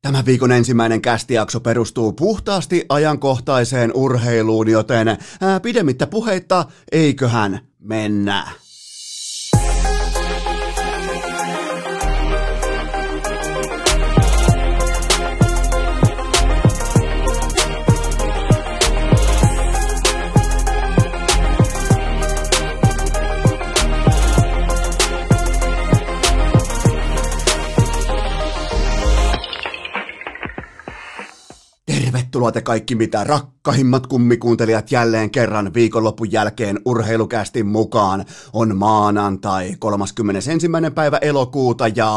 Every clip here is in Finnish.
Tämän viikon ensimmäinen kästijakso perustuu puhtaasti ajankohtaiseen urheiluun, joten pidemmittä puheitta, eiköhän mennä. Tervetuloa te kaikki mitä rakkahimmat kummikuuntelijat jälleen kerran viikonlopun jälkeen urheilukästin mukaan. On maanantai 31. päivä elokuuta ja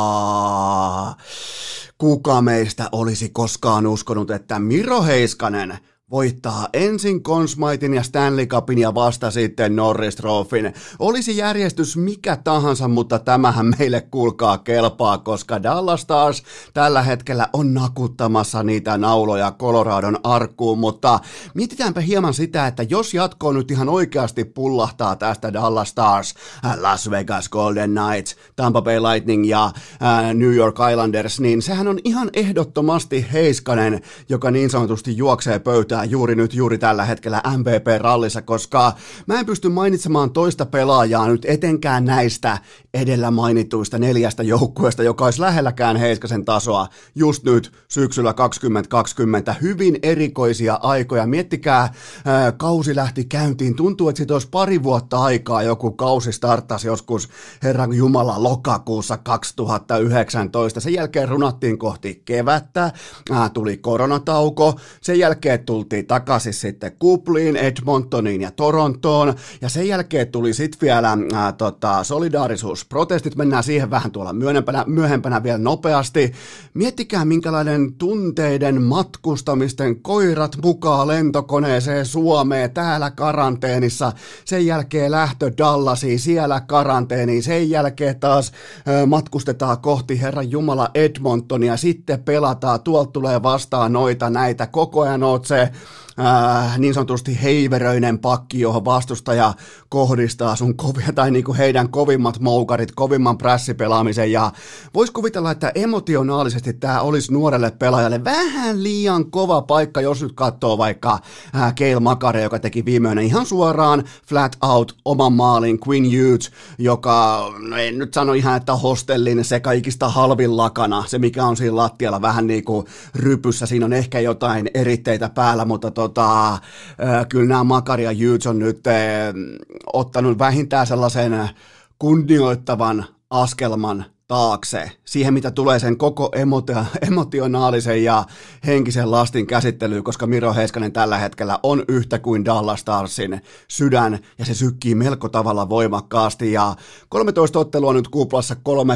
kuka meistä olisi koskaan uskonut, että Miro Heiskanen voittaa ensin Conn Smithin ja Stanley Cupin ja vasta sitten Norris Trophyn. Olisi järjestys mikä tahansa, mutta tämähän meille kuulkaa kelpaa, koska Dallas Stars tällä hetkellä on nakuttamassa niitä nauloja Coloradon arkkuun, mutta mietitäänpä hieman sitä, että jos jatkoon nyt ihan oikeasti pullahtaa tästä Dallas Stars, Las Vegas Golden Knights, Tampa Bay Lightning ja New York Islanders, niin sehän on ihan ehdottomasti Heiskanen, joka niin sanotusti juoksee pöytään juuri tällä hetkellä MVP-rallissa, koska mä en pysty mainitsemaan toista pelaajaa nyt etenkään näistä edellä mainituista 4 joukkueesta, joka olisi lähelläkään Heiskasen tasoa just nyt syksyllä 2020. Hyvin erikoisia aikoja. Miettikää, kausi lähti käyntiin. Tuntuu, että siitä olisi pari vuotta aikaa. Joku kausi starttasi joskus Herran Jumala lokakuussa 2019. Sen jälkeen runattiin kohti kevättä. Tuli koronatauko. Sen jälkeen tultiin takaisin sitten kupliin, Edmontoniin ja Torontoon, ja sen jälkeen tuli sitten vielä solidaarisuusprotestit, mennään siihen vähän tuolla myöhempänä vielä nopeasti. Miettikää minkälainen tunteiden matkustamisten koirat mukaan lentokoneeseen Suomeen, täällä karanteenissa, sen jälkeen lähtö Dallasiin, siellä karanteeniin, sen jälkeen taas matkustetaan kohti Herran Jumala Edmontonia, sitten pelataan, tuolta tulee vastaan noita näitä, koko ajan oot se niin sanotusti heiveröinen pakki, johon vastustaja kohdistaa sun kovia, tai niinku heidän kovimmat moukarit, kovimman prässipelaamisen, ja vois kuvitella, että emotionaalisesti tämä olisi nuorelle pelaajalle vähän liian kova paikka, jos nyt katsoo vaikka Cale Makare, joka teki viimeinen ihan suoraan flat out oman maalin, Quinn Hughes, joka, no en nyt sano ihan, että hostellin se kaikista halvin lakana, se mikä on siinä lattialla vähän niinku rypyssä, siinä on ehkä jotain eritteitä päällä, mutta kyllä nämä Makari ja Hughes on nyt ottanut vähintään sellaisen kunnioittavan askelman taakse siihen, mitä tulee sen koko emotionaalisen ja henkisen lastin käsittelyyn, koska Miro Heiskanen tällä hetkellä on yhtä kuin Dallas Starsin sydän, ja se sykkii melko tavalla voimakkaasti, ja 13 ottelua nyt kuplassa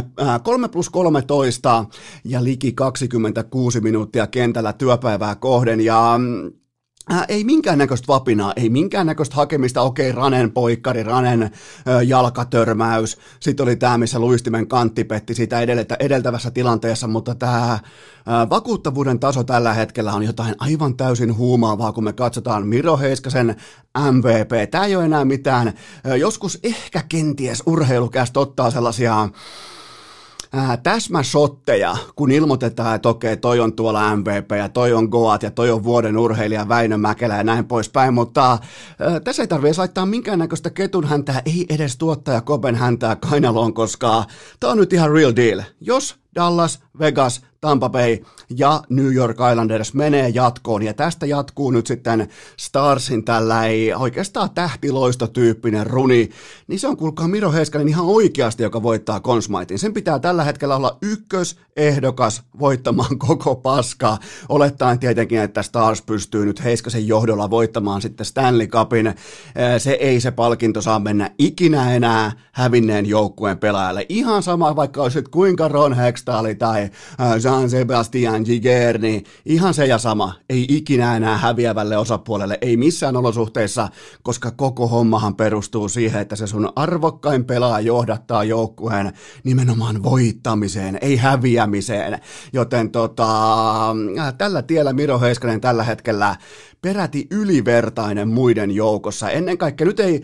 3+13, ja liki 26 minuuttia kentällä työpäivää kohden, ja ei minkäännäköistä vapinaa, ei minkäännäköistä hakemista, okei, Ranen poikkari, Ranen jalkatörmäys, sitten oli tämä, missä luistimen kantti petti siitä edeltävässä tilanteessa, mutta tämä vakuuttavuuden taso tällä hetkellä on jotain aivan täysin huumaavaa, kun me katsotaan Miro Heiskasen MVP. Tämä ei ole enää mitään, joskus ehkä kenties urheilukästä ottaa sellaisia täsmäshotteja, kun ilmoitetaan, että okei, toi on tuolla MVP ja toi on Goat ja toi on vuoden urheilija Väinö Mäkelä ja näin poispäin, mutta tässä ei tarvitse laittaa minkäännäköistä ketun häntää, ei edes tuottaja Koben häntää kainaloon, koska tää on nyt ihan real deal. Jos Dallas, Vegas, Tampa Bay ja New York Islanders menee jatkoon, ja tästä jatkuu nyt sitten Starsin tällä ei oikeastaan tähtiloistotyyppinen runi, niin se on kuulkaa Miro Heiskanen ihan oikeasti, joka voittaa Conn Smithin. Sen pitää tällä hetkellä olla ykkösehdokas voittamaan koko paskaa, olettaen tietenkin, että Stars pystyy nyt Heiskasen johdolla voittamaan sitten Stanley Cupin. Se palkinto saa mennä ikinä enää hävinneen joukkueen pelaajalle. Ihan sama, vaikka olisit kuinka Ron Hextall tai Jean-Sébastien Giguère, niin ihan se ja sama, ei ikinä enää häviävälle osapuolelle, ei missään olosuhteissa, koska koko hommahan perustuu siihen, että se sun arvokkain pelaaja johdattaa joukkueen nimenomaan voittamiseen, ei häviämiseen, joten tällä tiellä Miro Heiskanen tällä hetkellä peräti ylivertainen muiden joukossa, ennen kaikkea nyt ei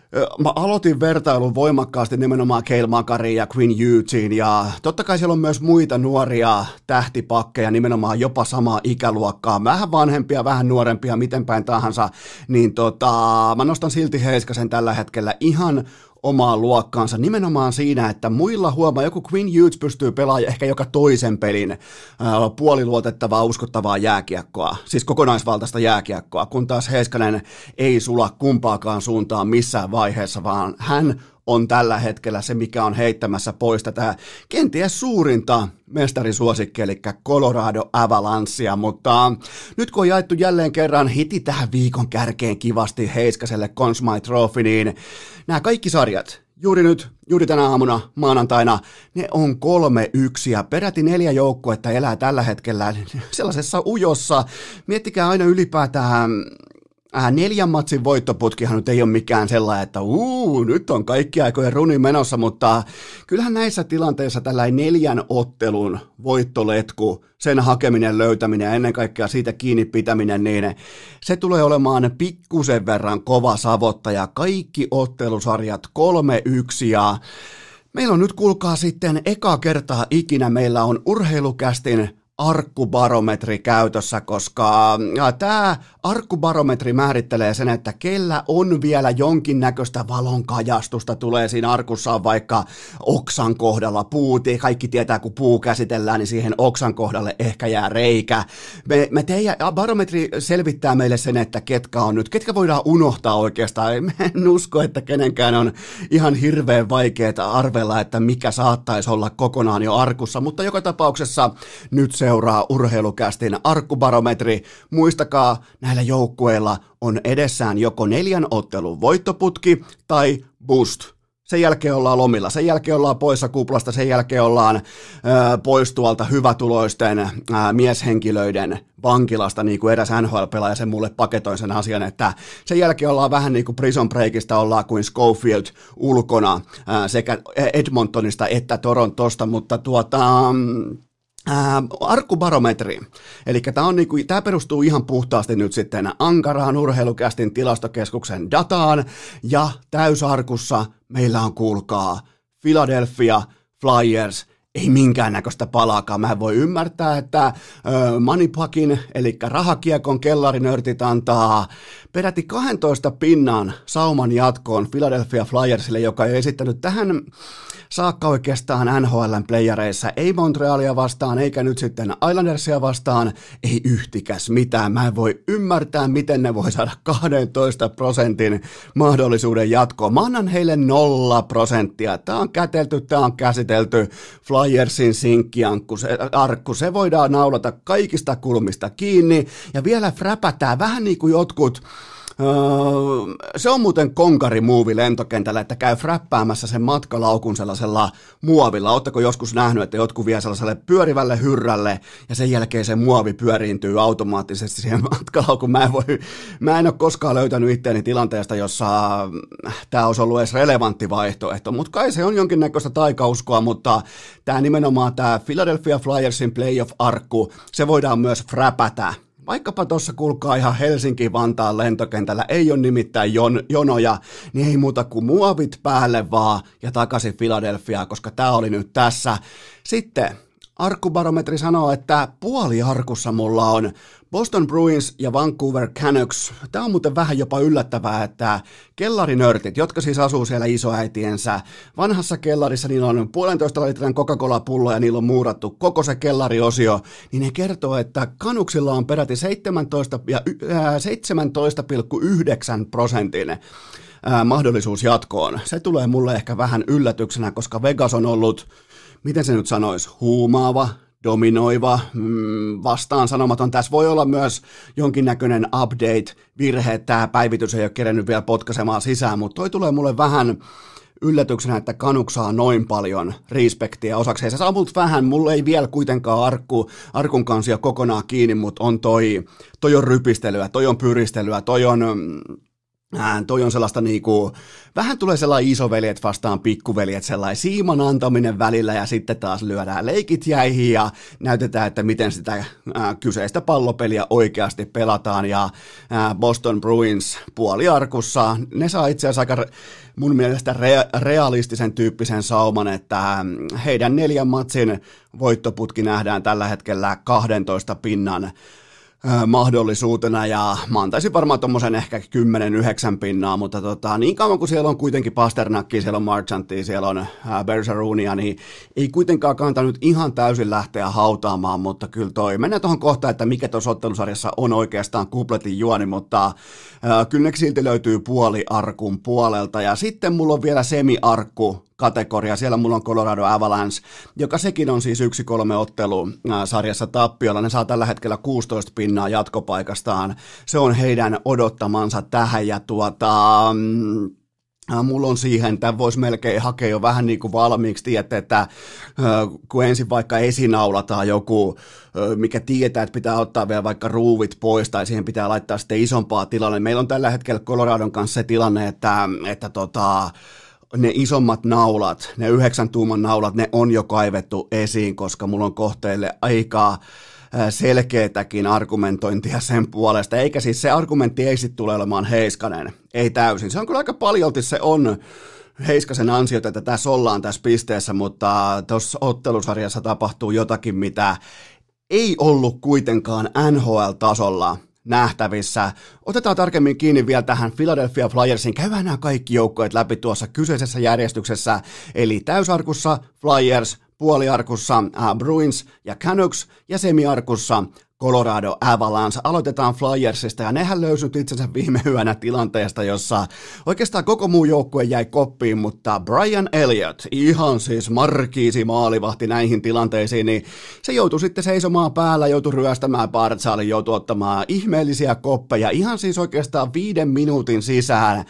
Mä aloitin vertailun voimakkaasti nimenomaan Cale Makariin ja Quinn Hughesin, ja totta kai siellä on myös muita nuoria tähtipakkeja, nimenomaan jopa samaa ikäluokkaa, vähän vanhempia, vähän nuorempia, miten päin tahansa, niin mä nostan silti Heiskasen tällä hetkellä ihan omaan luokkaansa nimenomaan siinä, että muilla joku Quinn Hughes pystyy pelaamaan ehkä joka toisen pelin puoliluotettavaa, uskottavaa jääkiekkoa, siis kokonaisvaltaista jääkiekkoa, kun taas Heiskanen ei sula kumpaakaan suuntaan missään vaiheessa, vaan hän on tällä hetkellä se, mikä on heittämässä pois tätä kenties suurinta mestarisuosikki, eli Colorado Avalancea, mutta nyt kun on jaettu jälleen kerran hiti tähän viikon kärkeen kivasti Heiskaselle Conn Smythe Trophy, niin nämä kaikki sarjat, juuri tänä aamuna, maanantaina, ne on 3-1 ja peräti 4 joukkuetta elää tällä hetkellä sellaisessa ujossa. Miettikää aina ylipäätään 4 matsin voittoputkihan nyt ei ole mikään sellainen, että nyt on kaikki aikojen runi menossa, mutta kyllähän näissä tilanteissa tällainen 4 ottelun voittoletku, sen hakeminen, löytäminen ja ennen kaikkea siitä kiinni pitäminen, niin se tulee olemaan pikkusen verran kova savottaja. Kaikki ottelusarjat 3-1 ja meillä on nyt, kuulkaa, sitten eka kertaa ikinä meillä on Urheilukästin arkkubarometri käytössä, koska tämä arkkubarometri määrittelee sen, että kellä on vielä jonkinnäköistä valonkakastusta tulee siinä arkussaan, vaikka oksan kohdalla kaikki tietää, kun puu käsitellään, niin siihen oksan kohdalle ehkä jää reikä. Barometri selvittää meille sen, että ketkä voidaan unohtaa oikeastaan. En usko, että kenenkään on ihan hirveän vaikeaa arvella, että mikä saattaisi olla kokonaan jo arkussa, mutta joka tapauksessa nyt seuraa Urheilukästin arkkubarometri. Muistakaa, näillä joukkueilla on edessään joko 4 ottelun voittoputki tai boost. Sen jälkeen ollaan lomilla, sen jälkeen ollaan poissa kuplasta, sen jälkeen ollaan pois tuolta hyvätuloisten mieshenkilöiden vankilasta, niin kuin eräs NHL-pelaaja sen mulle paketoi sen asian, että sen jälkeen ollaan vähän niin kuin Prison Breakista, ollaan kuin Schofield ulkona sekä Edmontonista että Torontosta, mutta arkkubarometri, eli tämä perustuu ihan puhtaasti nyt sitten ankaraan Urheilukästin tilastokeskuksen dataan, ja täysarkussa meillä on, kuulkaa, Philadelphia Flyers, ei minkäännäköistä palaakaan. Mä en voi ymmärtää, että Moneypuckin, eli rahakiekon kellarinörtit antaa peräti 12 pinnan sauman jatkoon Philadelphia Flyersille, joka ei esittänyt tähän saakka oikeastaan NHL:n playereissa, ei Montrealia vastaan, eikä nyt sitten Islandersia vastaan, ei yhtikäs mitään. Mä en voi ymmärtää, miten ne voi saada 12% mahdollisuuden jatkoon. Mä annan heille 0%. Tää on kätelty, tää on käsitelty. Flyersin sinkkiarkku, se voidaan naulata kaikista kulmista kiinni, ja vielä fräpätään vähän niin kuin jotkut. Se on muuten konkarimuovi lentokentällä, että käy fräppäämässä sen matkalaukun sellaisella muovilla. Ootteko joskus nähnyt, että jotkut vie sellaiselle pyörivälle hyrrälle ja sen jälkeen se muovi pyöriintyy automaattisesti siihen matkalaukun. Mä en ole koskaan löytänyt itseäni tilanteesta, jossa tämä olisi ollut edes relevantti vaihtoehto, mutta kai se on jonkinnäköistä taikauskoa, mutta tämä nimenomaan tämä Philadelphia Flyersin playoff-arkku, se voidaan myös fräpätä. Vaikkapa tuossa, kuulkaa, ihan Helsinki-Vantaan lentokentällä ei ole nimittäin jonoja, niin ei muuta kuin muovit päälle vaan ja takaisin Philadelphiaan, koska tämä oli nyt tässä. Sitten arkkubarometri sanoo, että puoliarkussa mulla on Boston Bruins ja Vancouver Canucks. Tämä on muuten vähän jopa yllättävää, että kellarinörtit, jotka siis asuu siellä isoäitiensä vanhassa kellarissa, niillä on 1,5 litran Coca-Cola-pullo ja niillä on muurattu koko se kellariosio, niin ne kertoo, että Canucksilla on peräti 17,9% mahdollisuus jatkoon. Se tulee mulle ehkä vähän yllätyksenä, koska Vegas on ollut, miten se nyt sanoisi, huumaava, dominoiva, vastaan sanomaton. Tässä voi olla myös jonkinnäköinen update-virhe, tämä päivitys ei ole kerennyt vielä potkaisemaan sisään, mutta toi tulee mulle vähän yllätyksenä, että Canucks saa noin paljon respektiä osakseen. Se saa mut vähän, mulle ei vielä kuitenkaan arkun kansia kokonaan kiinni, mutta on toi on rypistelyä, toi on pyristelyä, toi on Toi on sellaista niinku, vähän tulee sellainen isoveljet vastaan pikkuveljet, sellainen siiman antaminen välillä ja sitten taas lyödään leikit jäihin ja näytetään, että miten sitä kyseistä pallopeliä oikeasti pelataan ja Boston Bruins puoliarkussa, ne saa itse asiassa aika mun mielestä realistisen tyyppisen sauman, että heidän 4 matsin voittoputki nähdään tällä hetkellä 12 pinnan mahdollisuutena ja mä antaisin varmaan tommosen ehkä 10-9 pinnaa, mutta niin kauan kuin siellä on kuitenkin Pasternakkia, siellä on Marchantia, siellä on Bergeronia, niin ei kuitenkaan kannata nyt ihan täysin lähteä hautaamaan, mutta kyllä mennään tuohon kohtaan, että mikä tuossa ottelusarjassa on oikeastaan kupletin juoni, mutta kyllä ne silti löytyy puoliarkun puolelta ja sitten mulla on vielä semiarkku kategoria. Siellä mulla on Colorado Avalanche, joka sekin on siis 1-3 ottelu sarjassa tappiolla. Ne saa tällä hetkellä 16 pinnaa jatkopaikastaan. Se on heidän odottamansa tähän ja mulla on siihen, että voisi melkein hakea jo vähän niin kuin valmiiksi, tiedätte, että kun ensin vaikka esinaulataan joku, mikä tietää, että pitää ottaa vielä vaikka ruuvit pois tai siihen pitää laittaa sitten isompaa tilalle. Meillä on tällä hetkellä Coloradon kanssa se tilanne, että ne isommat naulat, ne 9 tuuman naulat, ne on jo kaivettu esiin, koska mulla on kohteille aika selkeätäkin argumentointia sen puolesta, eikä siis se argumentti ei sitten tule olemaan Heiskanen, ei täysin. Se on kyllä aika paljolti se on Heiskasen ansiota, että tässä ollaan tässä pisteessä, mutta tuossa ottelusarjassa tapahtuu jotakin, mitä ei ollut kuitenkaan NHL-tasolla nähtävissä. Otetaan tarkemmin kiinni vielä tähän Philadelphia Flyersin. Käydään nämä kaikki joukkueet läpi tuossa kyseisessä järjestyksessä, eli täysarkussa Flyers, puoliarkussa Bruins ja Canucks ja semiarkussa Colorado Avalanche. Aloitetaan Flyersista ja nehän löysyt itsensä viime yönä tilanteesta, jossa oikeastaan koko muu joukkue jäi koppiin, mutta Brian Elliott, ihan siis markiisi maalivahti näihin tilanteisiin, niin se joutui sitten seisomaan päällä, joutui ryöstämään Bartsaalin, joutui ottamaan ihmeellisiä koppeja, ihan siis oikeastaan 5 minuutin sisään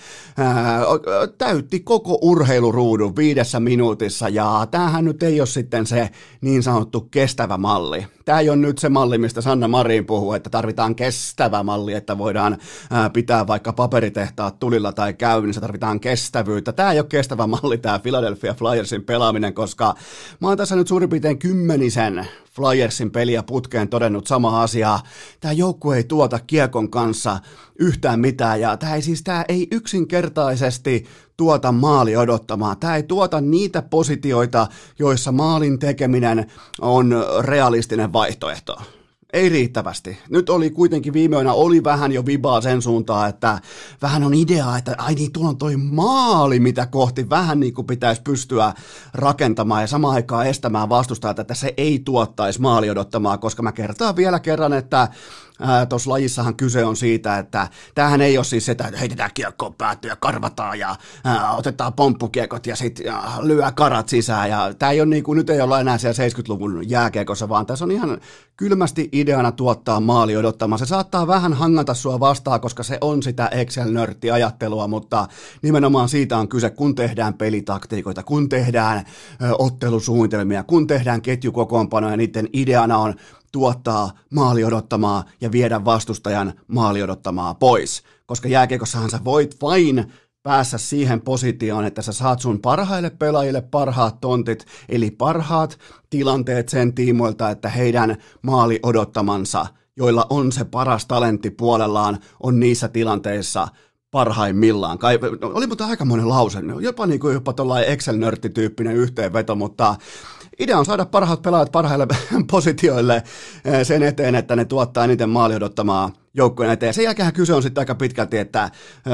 täytti koko urheiluruudun 5 minuutissa ja tämähän nyt ei ole sitten se niin sanottu kestävä malli. Tämä ei ole nyt se malli, mistä Sanna Marin puhuu, että tarvitaan kestävä malli, että voidaan pitää vaikka paperitehtaat tulilla tai käynnissä, tarvitaan kestävyyttä. Tämä ei ole kestävä malli, tämä Philadelphia Flyersin pelaaminen, koska mä oon tässä nyt suurin piirtein 10 Flyersin peliä putkeen todennut sama asiaa. Tämä joukkue ei tuota kiekon kanssa yhtään mitään ja tämä ei yksinkertaisesti tuota maali odottamaan. Tämä ei tuota niitä positioita, joissa maalin tekeminen on realistinen vaihtoehto. Ei riittävästi. Nyt oli kuitenkin viime yönä oli vähän jo vibaa sen suuntaan, että vähän on idea, että ai niin, tuolla on toi maali, mitä kohti vähän niin kuin pitäisi pystyä rakentamaan ja samaan aikaan estämään vastustajat, että se ei tuottaisi maali odottamaan, koska mä kertaan vielä kerran, että tuossa lajissahan kyse on siitä, että tämähän ei ole siis sitä, että heitetään kiekkoon päätyä ja karvataan ja otetaan pomppukiekot ja sitten lyö karat sisään. Ja tämä ei ole niin kuin, nyt ei olla enää siellä 70-luvun jääkiekossa, vaan tässä on ihan kylmästi ideana tuottaa maali odottamaan. Se saattaa vähän hangata sua vastaan, koska se on sitä Excel-nörtti-ajattelua, mutta nimenomaan siitä on kyse, kun tehdään pelitaktiikoita, kun tehdään ottelusuunnitelmia, kun tehdään ketjukokoonpanoja, niiden ideana on tuottaa maali odottamaa ja viedä vastustajan maali odottamaa pois, koska jääkiekossahan sä voit vain päässä siihen positioon, että sä saat sun parhaille pelaajille parhaat tontit, eli parhaat tilanteet sen tiimoilta, että heidän maali odottamansa, joilla on se paras talentti puolellaan, on niissä tilanteissa parhaimmillaan. Oli mutta aikamoinen lause, jopa tuollainen Excel-nörttityyppinen yhteenveto, mutta idea on saada parhaat pelaajat parhaille positioille sen eteen, että ne tuottaa eniten maali odottamaa joukkojen eteen. Sen jälkeen kyse on sitten aika pitkälti, että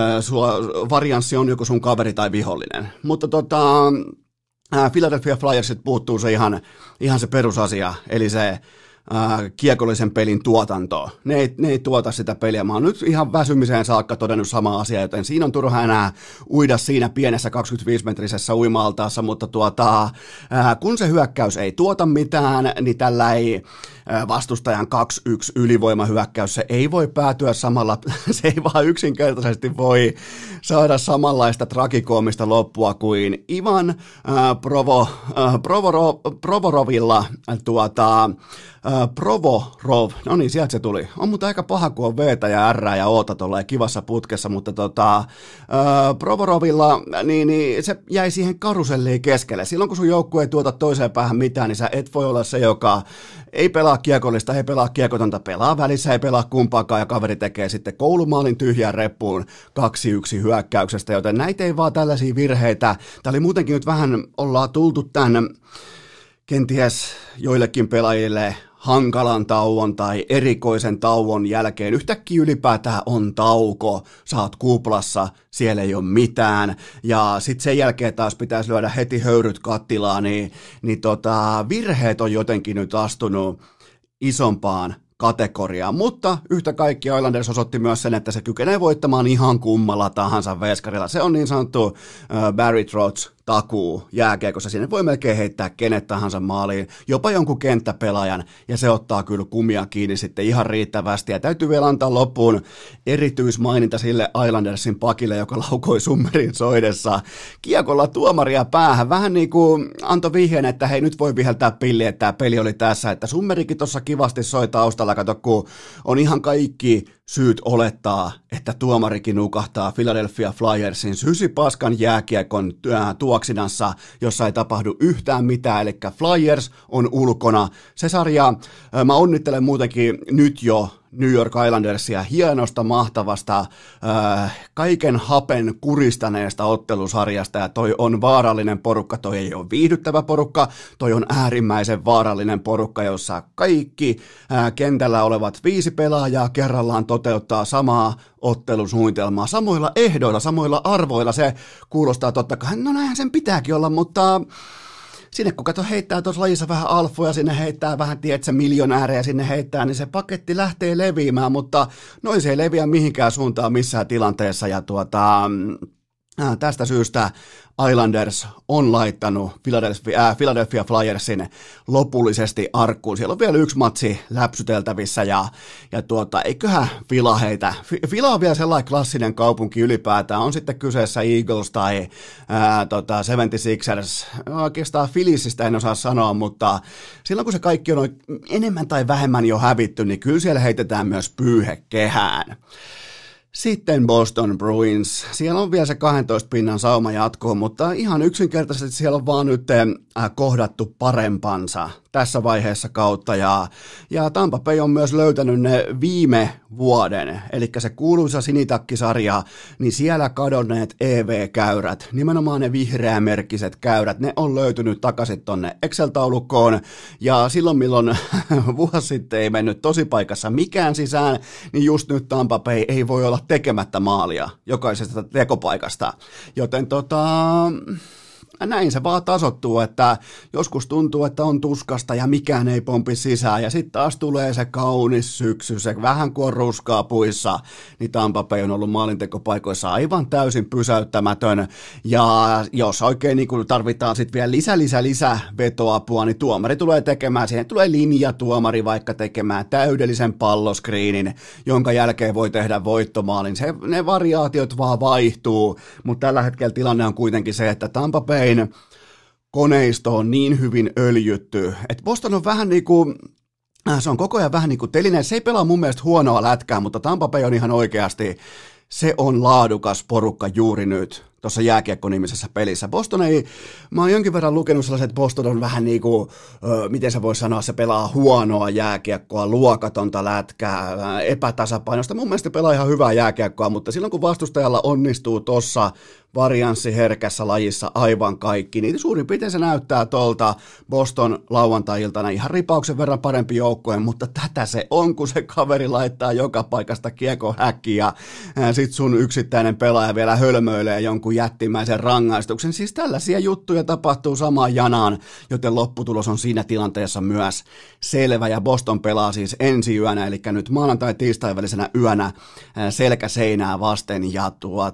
varianssi on joku sun kaveri tai vihollinen. Mutta Philadelphia Flyersit puuttuu se ihan se perusasia, eli se kiekollisen pelin tuotantoa. Ne ei tuota sitä peliä. Mä oon nyt ihan väsymiseen saakka todennut sama asia, joten siinä on turha enää uida siinä pienessä 25-metrisessä uima-altaassa, mutta kun se hyökkäys ei tuota mitään, niin tällä ei vastustajan 2-1 ylivoimahyökkäys, se ei voi päätyä samalla, se ei vaan yksinkertaisesti voi saada samanlaista tragikoomista loppua kuin Ivan Provorovilla Provorov, no niin, sieltä se tuli. On mutta aika paha, kun on V:tä ja R:ää ja O:ta tuolla kivassa putkessa, mutta Provorovilla, niin se jäi siihen karuselliin keskelle. Silloin, kun sun joukkue ei tuota toiseen päähän mitään, niin sä et voi olla se, joka ei pelaa kiekollista, ei pelaa kiekotonta, pelaa välissä, ei pelaa kumpaakaan, ja kaveri tekee sitten koulumaalin tyhjään reppuun 2-1 hyökkäyksestä, joten näitä ei vaan tällaisia virheitä. Tämä oli muutenkin nyt vähän, ollaan tultu tämän kenties joillekin pelaajille hankalan tauon tai erikoisen tauon jälkeen. Yhtäkkiä ylipäätään on tauko, sä oot kuplassa, siellä ei ole mitään, ja sitten sen jälkeen taas pitäisi lyödä heti höyryt kattilaan, niin virheet on jotenkin nyt astunut isompaan kategoriaan, mutta yhtä kaikki Islanders osoitti myös sen, että se kykenee voittamaan ihan kummalla tahansa veskarilla. Se on niin sanottu Barry Trotz takuu jääkiekossa. Sinne voi melkein heittää kenet tahansa maaliin, jopa jonkun kenttäpelaajan, ja se ottaa kyllä kumia kiinni sitten ihan riittävästi. Ja täytyy vielä antaa loppuun erityismaininta sille Islandersin pakille, joka laukoi summerin soidessa kiekolla tuomaria päähän. Vähän niin kuin antoi vihjeen, että hei, nyt voi viheltää pilli, että tämä peli oli tässä, että summerikin tuossa kivasti soi taustalla, kato, kun on ihan kaikki syyt olettaa, että tuomarikin nukahtaa Philadelphia Flyersin sysipaskan jääkiekon tuoksinassa, jossa ei tapahdu yhtään mitään, eli Flyers on ulkona. Se sarja, mä onnittelen muutenkin nyt jo New York Islandersia hienosta, mahtavasta, kaiken hapen kuristaneesta ottelusarjasta, ja toi on vaarallinen porukka, toi ei ole viihdyttävä porukka, toi on äärimmäisen vaarallinen porukka, jossa kaikki kentällä olevat 5 pelaajaa kerrallaan toteuttaa samaa ottelusuunnitelmaa, samoilla ehdoilla, samoilla arvoilla. Se kuulostaa totta kai, no näinhän sen pitääkin olla, mutta sinne kun kato heittää tuossa lajissa vähän alfoja, sinne heittää vähän, tietsä, miljonäärejä sinne heittää, niin se paketti lähtee leviämään, mutta noin se ei leviä mihinkään suuntaan missään tilanteessa, ja tästä syystä Islanders on laittanut Philadelphia Flyersin lopullisesti arkkuun. Siellä on vielä 1 matsi läpsyteltävissä, ja eiköhän Fila heitä. Fila on vielä sellainen klassinen kaupunki ylipäätään. On sitten kyseessä Eagles tai 76ers. Oikeastaan Philliesistä en osaa sanoa, mutta silloin kun se kaikki on enemmän tai vähemmän jo hävitty, niin kyllä siellä heitetään myös pyyhe kehään. Sitten Boston Bruins. Siellä on vielä se 12 pinnan sauma jatkoon, mutta ihan yksinkertaisesti siellä on vaan nyt kohdattu parempansa tässä vaiheessa kautta, ja Tampa Bay on myös löytänyt ne viime vuoden, eli se kuuluisa sinitakkisarja, niin siellä kadonneet EV-käyrät, nimenomaan ne vihreämerkkiset käyrät, ne on löytynyt takaisin tonne Excel-taulukkoon, ja silloin milloin vuosi sitten ei mennyt tosipaikassa mikään sisään, niin just nyt Tampa Bay ei voi olla tekemättä maalia jokaisesta tekopaikasta, joten näin se vaan tasoittuu, että joskus tuntuu, että on tuskasta ja mikään ei pompi sisään, ja sitten taas tulee se kaunis syksy, se vähän kuin on ruskaa puissa, niin Tampa Bay on ollut maalintekopaikoissa aivan täysin pysäyttämätön, ja jos oikein niin kun tarvitaan sitten vielä lisä vetoapua, niin tuomari tulee tekemään, siihen tulee linjatuomari vaikka tekemään täydellisen palloskriinin, jonka jälkeen voi tehdä voittomaalin, ne variaatiot vaan vaihtuu, mutta tällä hetkellä tilanne on kuitenkin se, että Tampa Bay koneisto on niin hyvin öljytty, että Boston on vähän niin kuin, se on koko ajan vähän niin kuin teline, se ei pelaa mun mielestä huonoa lätkää, mutta Tampa Bay on ihan oikeasti, se on laadukas porukka juuri nyt tuossa jääkiekko-nimisessä pelissä. Boston ei, mä oon jonkin verran lukenut sellaiset, että Boston on vähän niin kuin, miten se voisi sanoa, se pelaa huonoa jääkiekkoa, luokatonta lätkää, epätasapainosta. Mun mielestä pelaa ihan hyvää jääkiekkoa, mutta silloin kun vastustajalla onnistuu tuossa varianssiherkässä lajissa aivan kaikki, niin suurin piirtein se näyttää tuolta Boston lauantai-iltana ihan ripauksen verran parempi joukkue, mutta tätä se on, kun se kaveri laittaa joka paikasta kiekon häkkiin, ja sit sun yksittäinen pelaaja vielä hölmöilee jonkun jättimäisen rangaistuksen. Siis tällaisia juttuja tapahtuu samaan janaan, joten lopputulos on siinä tilanteessa myös selvä, ja Boston pelaa siis ensi yönä, eli nyt maanantai-tiistai välisenä yönä selkä seinää vasten, ja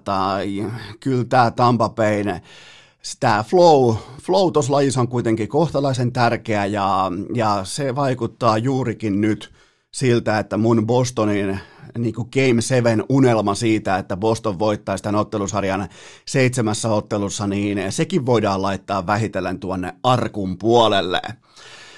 kyllä tämä Tampa Bayn, tämä flow tuossa lajissa on kuitenkin kohtalaisen tärkeä, ja se vaikuttaa juurikin nyt siltä, että mun Bostonin niin kuin Game 7 unelma siitä, että Boston voittaisi tämän ottelusarjan 7 ottelussa, niin sekin voidaan laittaa vähitellen tuonne arkun puolelle.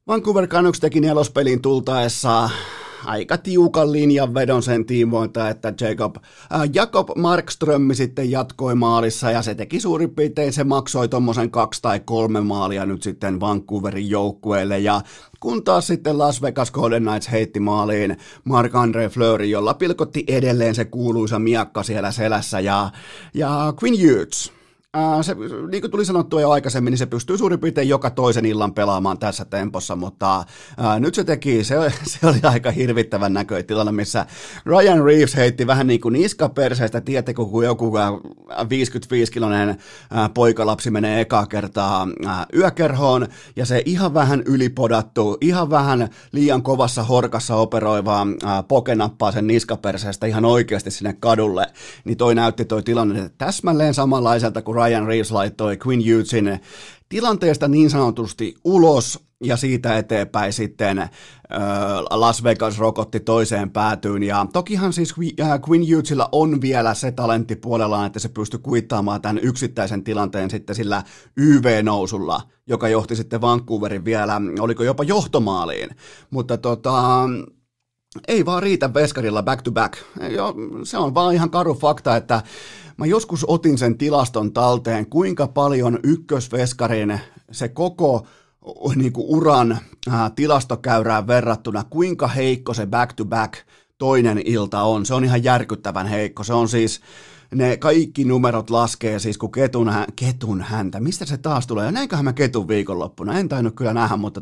Vancouver Canucks teki nelospeliin tultaessa aika tiukan linjanvedon sen tiimoilta, että Jacob Markström sitten jatkoi maalissa ja se teki suurin piirtein, se maksoi tommosen 2 tai 3 maalia nyt sitten Vancouverin joukkueelle ja kun taas sitten Las Vegas Golden Knights heitti maaliin Marc-Andre Fleury, jolla pilkotti edelleen se kuuluisa miakka siellä selässä ja Quinn Hughes. Se, niin kuin tuli sanottua jo aikaisemmin, niin se pystyy suurin piirtein joka toisen illan pelaamaan tässä tempossa, mutta nyt se teki, se oli aika hirvittävän näköinen tilanne, missä Ryan Reeves heitti vähän niin kuin niskaperseestä, tiedättekö, kun joku 55-kiloinen poikalapsi menee ekaa kertaa yökerhoon, ja se ihan vähän ylipodattu, ihan vähän liian kovassa horkassa operoiva poke nappaa sen niskaperseestä ihan oikeasti sinne kadulle, niin toi näytti toi tilanne täsmälleen samanlaiselta kuin Ryan Reeves laittoi Quinn Hughesin tilanteesta niin sanotusti ulos ja siitä eteenpäin sitten Las Vegas rokotti toiseen päätyyn ja tokihan siis Quinn Hughesilla on vielä se talentti puolellaan, että se pystyy kuittaamaan tämän yksittäisen tilanteen sitten sillä YV-nousulla, joka johti sitten Vancouverin vielä, oliko jopa johtomaaliin, mutta ei vaan riitä veskarilla back to back. Se on vaan ihan karu fakta, että mä joskus otin sen tilaston talteen, kuinka paljon ykkösveskarin se koko niin kuin uran tilastokäyrään verrattuna, kuinka heikko se back to back toinen ilta on. Se on ihan järkyttävän heikko. Se on siis, ne kaikki numerot laskee siis kuin ketun häntä. Mistä se taas tulee? Ja näinköhän mä ketun viikonloppuna? En tainnut kyllä nähdä, mutta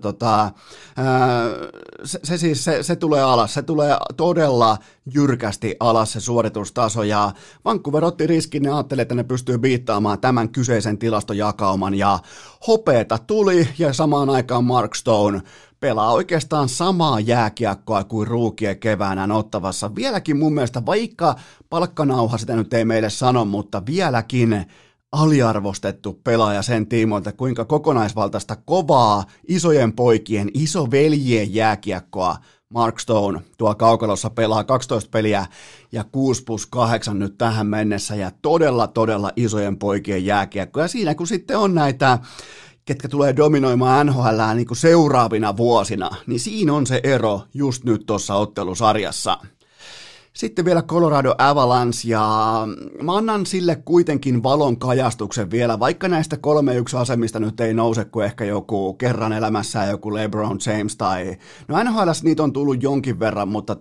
se tulee alas. Se tulee todella jyrkästi alas se suoritustaso ja Vancouver otti riskin ja ajatteli, että ne pystyy biittaamaan tämän kyseisen tilastojakauman ja hopeeta tuli ja samaan aikaan Mark Stone pelaa oikeastaan samaa jääkiekkoa kuin ruukien keväänä Ottavassa. Vieläkin mun mielestä, vaikka palkkanauha sitä nyt ei meille sano, mutta vieläkin aliarvostettu pelaaja sen tiimoilta, kuinka kokonaisvaltaista kovaa isojen poikien, isoveljien jääkiekkoa Mark Stone tuolla kaukalossa pelaa 12 peliä ja 6+8 nyt tähän mennessä ja todella isojen poikien jääkiekkoa. Ja siinä kun sitten on näitä ketkä tulee dominoimaan NHL:ää niin kuin seuraavina vuosina, niin siinä on se ero just nyt tuossa ottelusarjassa. Sitten vielä Colorado Avalanche, ja mä annan sille kuitenkin valon kajastuksen vielä, vaikka näistä 3-1 asemista nyt ei nouse kuin ehkä joku kerran elämässään joku LeBron James tai, no NHL:ssä niitä on tullut jonkin verran, mutta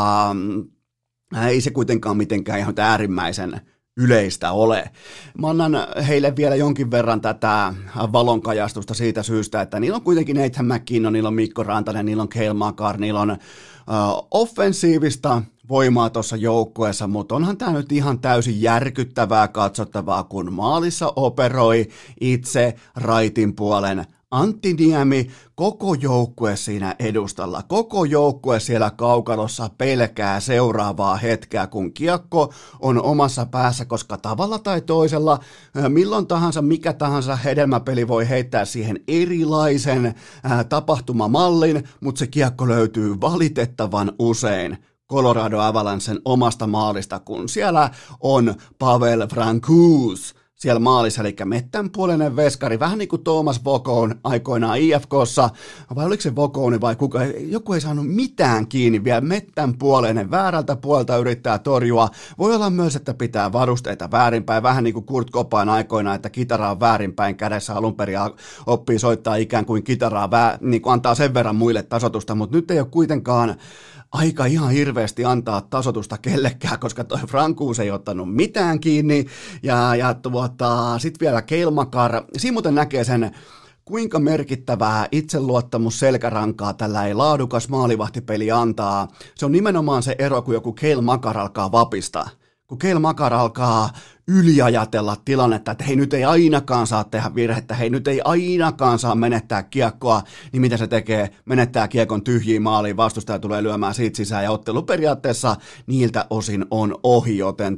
ei se kuitenkaan mitenkään ihan äärimmäisen yleistä ole. Mä annan heille vielä jonkin verran tätä valonkajastusta siitä syystä, että niillä on kuitenkin Nathan McKinnon, niillä on Mikko Rantanen, niillä on Cale Makar, niillä on offensiivista voimaa tuossa joukkueessa, mutta onhan tämä nyt ihan täysin järkyttävää katsottavaa, kun maalissa operoi itse raitin puolen Antti Niemi, koko joukkue siinä edustalla, koko joukkue siellä kaukalossa pelkää seuraavaa hetkeä, kun kiekko on omassa päässä, koska tavalla tai toisella, milloin tahansa, mikä tahansa hedelmäpeli voi heittää siihen erilaisen tapahtumamallin, mutta se kiekko löytyy valitettavan usein Colorado Avalancen omasta maalista, kun siellä on Pavel Francouz siellä maalissa, eli mettänpuolinen veskari, vähän niin kuin Thomas Vokoun aikoinaan IFK:ssa, vai oliko se Vokouni vai kuka, joku ei saanut mitään kiinni vielä, mettänpuolinen, väärältä puolta yrittää torjua, voi olla myös, että pitää varusteita väärinpäin, vähän niin kuin Kurt Cobain aikoinaan, että kitara on väärinpäin kädessä alun perin oppii soittaa ikään kuin kitaraa, niin kuin antaa sen verran muille tasotusta, mutta nyt ei ole kuitenkaan aika ihan hirveästi antaa tasotusta kellekään, koska toi Francouz ei ottanut mitään kiinni, ja sitten vielä Cale Makar, siinä muuten näkee sen, kuinka merkittävää itseluottamus selkärankaa tällä ei laadukas maalivahtipeli antaa. Se on nimenomaan se ero, kun joku Cale Makar alkaa vapista. Kun Cale Makar alkaa yliajatella tilannetta, että hei, nyt ei ainakaan saa tehdä virhettä, hei, nyt ei ainakaan saa menettää kiekkoa, niin mitä se tekee? Menettää kiekon tyhjiin maaliin, vastustaja tulee lyömään siitä sisään, ja ottelu periaatteessa niiltä osin on ohi, joten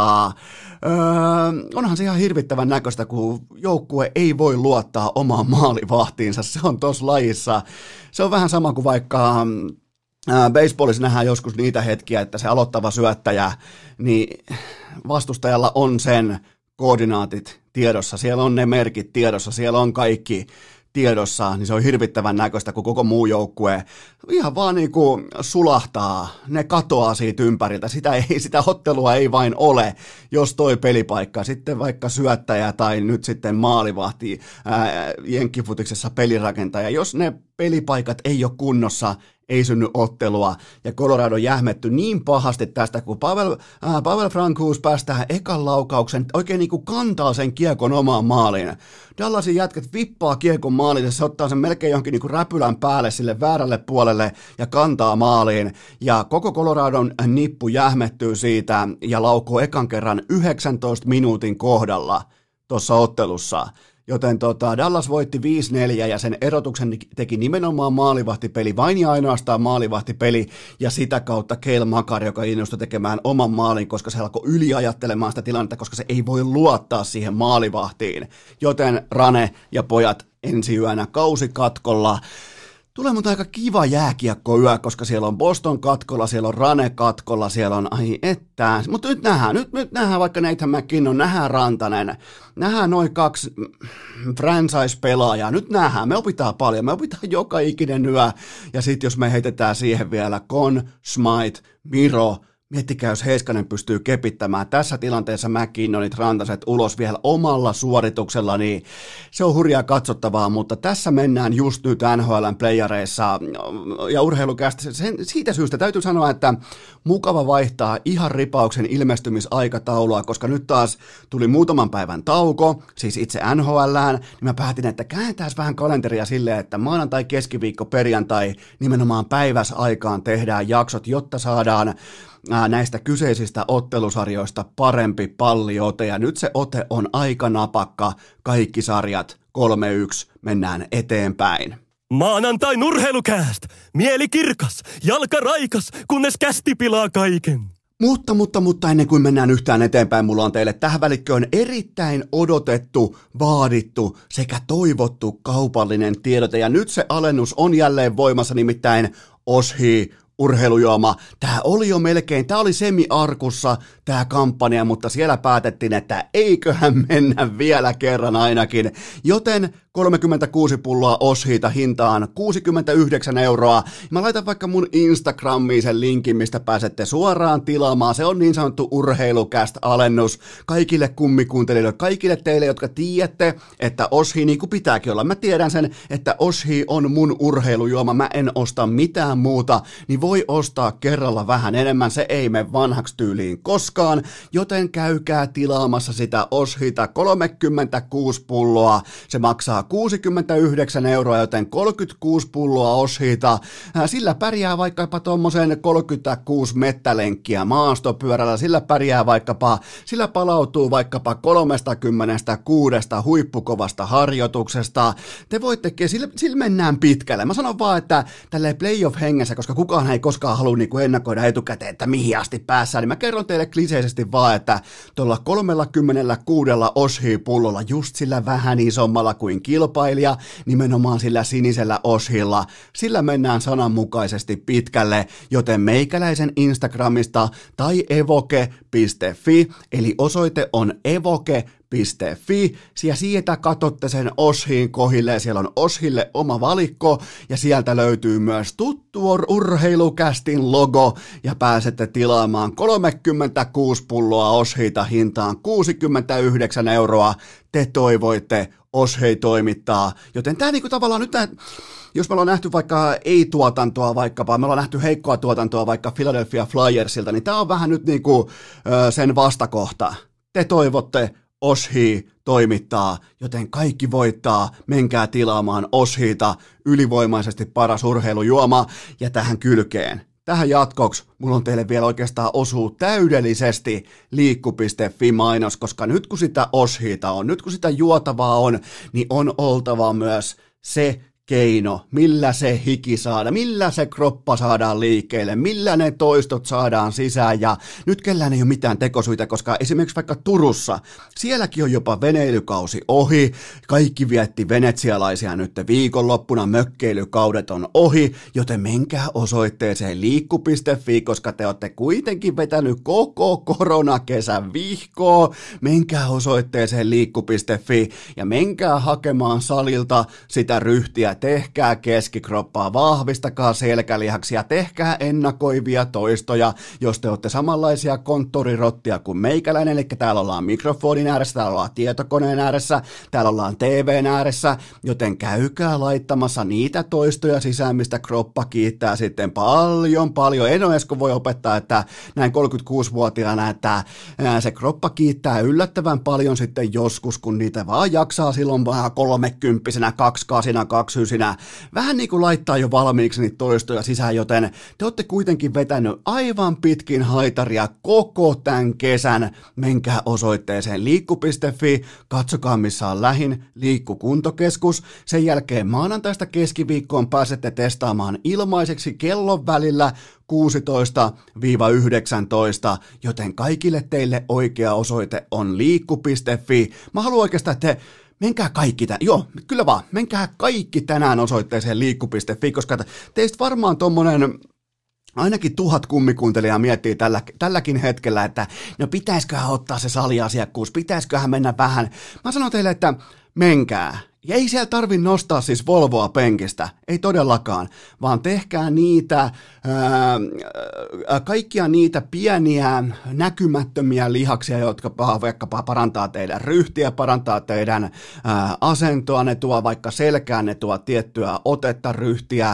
onhan se ihan hirvittävän näköistä, kun joukkue ei voi luottaa omaan maalivahtiinsa, se on tossa lajissa, se on vähän sama kuin vaikka baseballissa nähdään joskus niitä hetkiä, että se aloittava syöttäjä, niin vastustajalla on sen koordinaatit tiedossa, siellä on ne merkit tiedossa, siellä on kaikki tiedossa, niin se on hirvittävän näköistä, kun koko muu joukkue ihan vaan niin kuin sulahtaa, ne katoaa siitä ympäriltä, sitä ottelua ei vain ole, jos toi pelipaikka, sitten vaikka syöttäjä tai nyt sitten maalivahti jenkkifutiksessa pelirakentaja, jos ne pelipaikat ei ole kunnossa, ei synny ottelua, ja Colorado jähmetty niin pahasti tästä, kun Pavel Francouz päästää ekan laukauksen, oikein niin kuin kantaa sen kiekon omaan maaliin. Dallasin jätkät vippaa kiekon maaliin, ja se ottaa sen melkein johonkin niin kuin räpylän päälle sille väärälle puolelle, ja kantaa maaliin, ja koko Coloradon nippu jähmettyy siitä, ja laukoo ekan kerran 19 minuutin kohdalla tuossa ottelussa. Joten Dallas voitti 5-4 ja sen erotuksen teki nimenomaan maalivahtipeli, vain ja ainoastaan maalivahtipeli ja sitä kautta Cale Makar, joka innostui tekemään oman maalin, koska se alkoi yliajattelemaan sitä tilannetta, koska se ei voi luottaa siihen maalivahtiin. Joten Rane ja pojat ensi yönä kausikatkolla. Tulee mutta aika kiva jääkiekkoyö, koska siellä on Boston katkolla, siellä on Rane katkolla, siellä on, mutta nyt nähdään vaikka Nathan McKinnon, nähdään Rantanen, nähdään noin 2 franchise-pelaajaa, nyt nähdään, me opitaan paljon, me opitaan joka ikinen yö, ja sitten jos me heitetään siihen vielä Con, Smythe, Miro, miettikää, jos Heiskanen pystyy kepittämään tässä tilanteessa McKinnonit, Rantaset ulos vielä omalla suorituksella, niin se on hurjaa katsottavaa, mutta tässä mennään just nyt NHL:n playareissa ja urheilukästä. Siitä syystä täytyy sanoa, että mukava vaihtaa ihan ripauksen ilmestymisaikataulua, koska nyt taas tuli muutaman päivän tauko, siis itse NHL:ään, niin mä päätin, että kääntäis vähän kalenteria silleen, että maanantai, keskiviikko, perjantai nimenomaan päiväsaikaan tehdään jaksot, jotta saadaan näistä kyseisistä ottelusarjoista parempi palliote, ja nyt se ote on aika napakka, kaikki sarjat 3-1, mennään eteenpäin. Maanantai urheilukääst! Mieli kirkas, jalka raikas, kunnes kästi pilaa kaiken. Mutta ennen kuin mennään yhtään eteenpäin, mulla on teille tähän välikköön erittäin odotettu, vaadittu sekä toivottu kaupallinen tiedote, ja nyt se alennus on jälleen voimassa, nimittäin Oshii urheilujuoma. Tämä oli semi-arkussa tämä kampanja, mutta siellä päätettiin, että eiköhän mennä vielä kerran ainakin, joten 36 pulloa Oshiita hintaan 69 €. Mä laitan vaikka mun Instagramiin sen linkin, mistä pääsette suoraan tilaamaan. Se on niin sanottu urheilucast-alennus kaikille kummikuuntelijoille, kaikille teille, jotka tiedätte, että Oshii, niin kuin pitääkin olla. Mä tiedän sen, että Oshii on mun urheilujuoma. Mä en osta mitään muuta, niin voi ostaa kerralla vähän enemmän. Se ei mene vanhaksi tyyliin koskaan, joten käykää tilaamassa sitä Oshiita 36 pulloa. Se maksaa 69 €, joten 36 pulloa Oshiita. Sillä pärjää vaikkapa tuommoisen 36 mettälenkkiä maastopyörällä, sillä palautuu vaikkapa 36 huippukovasta harjoituksesta. Te voittekin, sillä mennään pitkälle. Mä sanon vaan, että tälleen playoff-hengessä, koska kukaan ei koskaan halua niinku ennakoida etukäteen, että mihin asti päässään, niin mä kerron teille kliseisesti vaan, että tuolla 36 Oshii-pullolla, just sillä vähän isommalla kuin kilpailija, nimenomaan sillä sinisellä Oshilla, sillä mennään sananmukaisesti pitkälle, joten meikäläisen Instagramista tai evoke.fi, eli osoite on evoke.fi, ja sieltä katsotte sen Oshiin kohille, ja siellä on Oshille oma valikko, ja sieltä löytyy myös tuttu urheilukästin logo, ja pääsette tilaamaan 36 pulloa Oshiita hintaan 69 €. Te toivoitte, Oshii toimittaa, joten tämä niinku tavallaan nyt, jos me ollaan nähty vaikka ei-tuotantoa vaikkapa, me ollaan nähty heikkoa tuotantoa vaikka Philadelphia Flyersilta, niin tämä on vähän nyt niinku sen vastakohta. Te toivotte, Oshii toimittaa, joten kaikki voittaa, menkää tilaamaan Oshiita, ylivoimaisesti paras urheilujuoma, ja tähän kylkeen. Tähän jatkoksi mulla on teille vielä oikeastaan osuu täydellisesti liikku.fi-mainos, koska nyt kun sitä Oshiita on, nyt kun sitä juotavaa on, niin on oltava myös se keino, millä se hiki saadaan, millä se kroppa saadaan liikkeelle, millä ne toistot saadaan sisään ja nyt kellään ei ole mitään tekosyitä, koska esimerkiksi vaikka Turussa, sielläkin on jopa veneilykausi ohi, kaikki vietti venetsialaisia nyt viikonloppuna, mökkeilykaudet on ohi, joten menkää osoitteeseen liikku.fi, koska te olette kuitenkin vetänyt koko koronakesän vihkoa, menkää osoitteeseen liikku.fi ja menkää hakemaan salilta sitä ryhtiä, tehkää keskikroppaa, vahvistakaa selkälihaksia, tehkää ennakoivia toistoja, jos te olette samanlaisia konttorirottia kuin meikäläinen, eli täällä ollaan mikrofonin ääressä, täällä ollaan tietokoneen ääressä, täällä ollaan TVn ääressä, joten käykää laittamassa niitä toistoja sisään, mistä kroppa kiittää sitten paljon. Eno Esko voi opettaa, että näin 36-vuotiaana, että se kroppa kiittää yllättävän paljon sitten joskus, kun niitä vaan jaksaa silloin vähän 30-vuotiaana, 28, 29, vähän niin kuin laittaa jo valmiiksi niitä toistoja sisään, joten te olette kuitenkin vetänyt aivan pitkin haitaria koko tämän kesän. Menkää osoitteeseen liikku.fi, katsokaa missä on lähin liikkukuntokeskus. Sen jälkeen maanantaista keskiviikkoon pääsette testaamaan ilmaiseksi kellon välillä 16-19, joten kaikille teille oikea osoite on liikku.fi. Mä haluan oikeastaan, että menkää kaikki menkää kaikki tänään osoitteeseen liikku.fi, koska teistä varmaan tommonen ainakin 1000 kummikuuntelijaa miettii tälläkin hetkellä, että no pitäisiköhän ottaa se saliasiakkuus, pitäisiköhän mennä vähän. Mä sanon teille, että menkää. Ja ei siellä tarvi nostaa siis Volvoa penkistä, ei todellakaan, vaan tehkää niitä, kaikkia niitä pieniä näkymättömiä lihaksia, jotka vaikkapa parantaa teidän ryhtiä, parantaa teidän asentoa, ne tuo vaikka selkään, ne tuo tiettyä otetta, ryhtiä.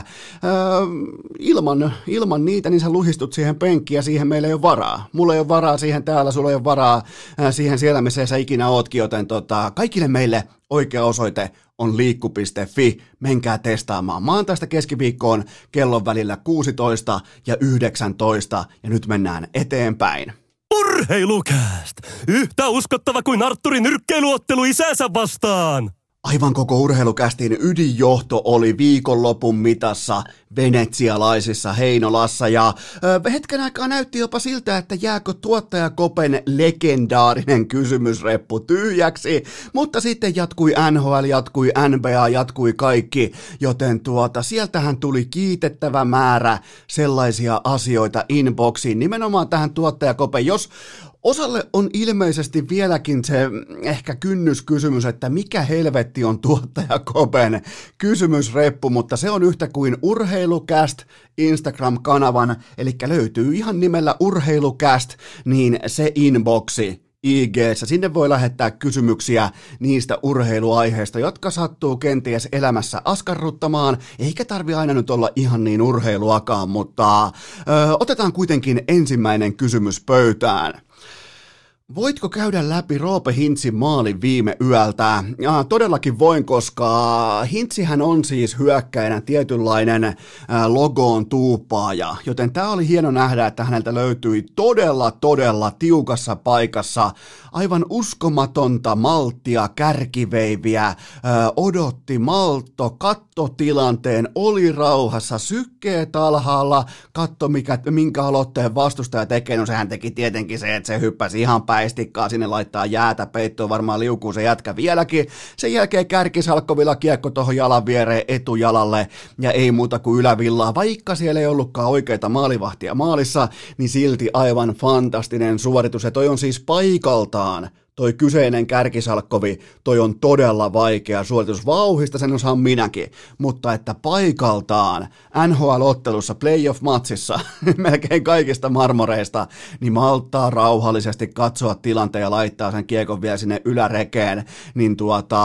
Ilman niitä, niin sä luhistut siihen penkkiin ja siihen meillä ei ole varaa. Mulla ei ole varaa siihen täällä, sulla ei ole varaa siihen siellä, missä sä ikinä ootkin, joten kaikille meille oikea osoite on liikku.fi. Menkää testaamaan maantaista keskiviikkoon kellon välillä 16 ja 19 ja nyt mennään eteenpäin. Urheilukääst! Yhtä uskottava kuin Artturin nyrkkeiluottelu isänsä vastaan! Aivan koko urheilukästin ydinjohto oli viikonlopun mitassa venetsialaisissa Heinolassa ja hetken aikaa näytti jopa siltä, että jääkö tuottaja Kopen legendaarinen kysymysreppu tyhjäksi, mutta sitten jatkui NHL, jatkui NBA, jatkui kaikki, joten sieltähän tuli kiitettävä määrä sellaisia asioita inboxiin, nimenomaan tähän tuottaja Kopen, jos osalle on ilmeisesti vieläkin se ehkä kynnyskysymys, että mikä helvetti on tuottaja Kopen kysymysreppu, mutta se on yhtä kuin Urheilucast Instagram-kanavan, eli löytyy ihan nimellä Urheilucast, niin se inboxi IG:ssä. Sinne voi lähettää kysymyksiä niistä urheiluaiheista, jotka sattuu kenties elämässä askarruttamaan, eikä tarvi aina nyt olla ihan niin urheiluakaan, mutta otetaan kuitenkin ensimmäinen kysymys pöytään. Voitko käydä läpi Roope Hintzin maalin viime yöltä? Ja todellakin voin, koska Hintzihän on siis hyökkäjänä tietynlainen logoon tuuppaaja, joten tämä oli hieno nähdä, että häneltä löytyi todella tiukassa paikassa aivan uskomatonta malttia, kärkiveiviä, odotti maltto, kattotilanteen, oli rauhassa, sykkeet alhaalla, katto minkä aloitteen vastustaja tekee, no sehän teki tietenkin se, että se hyppäsi ihan päistikkaa, sinne laittaa jäätä peittoon, varmaan liukuu se jätkä vieläkin. Sen jälkeen kärkisalkkovilla kiekko tuohon jalan viereen etujalalle ja ei muuta kuin ylävillaa. Vaikka siellä ei ollutkaan oikeita maalivahtia maalissa, niin silti aivan fantastinen suoritus. Ja toi on siis paikaltaan. Toi kyseinen kärkisalkkovi, toi on todella vaikea suoritus. Vauhista sen osaan minäkin, mutta että paikaltaan NHL-ottelussa, playoff-matsissa, melkein kaikista marmoreista, niin malttaa rauhallisesti katsoa tilanteen ja laittaa sen kiekon vielä sinne ylärekeen, niin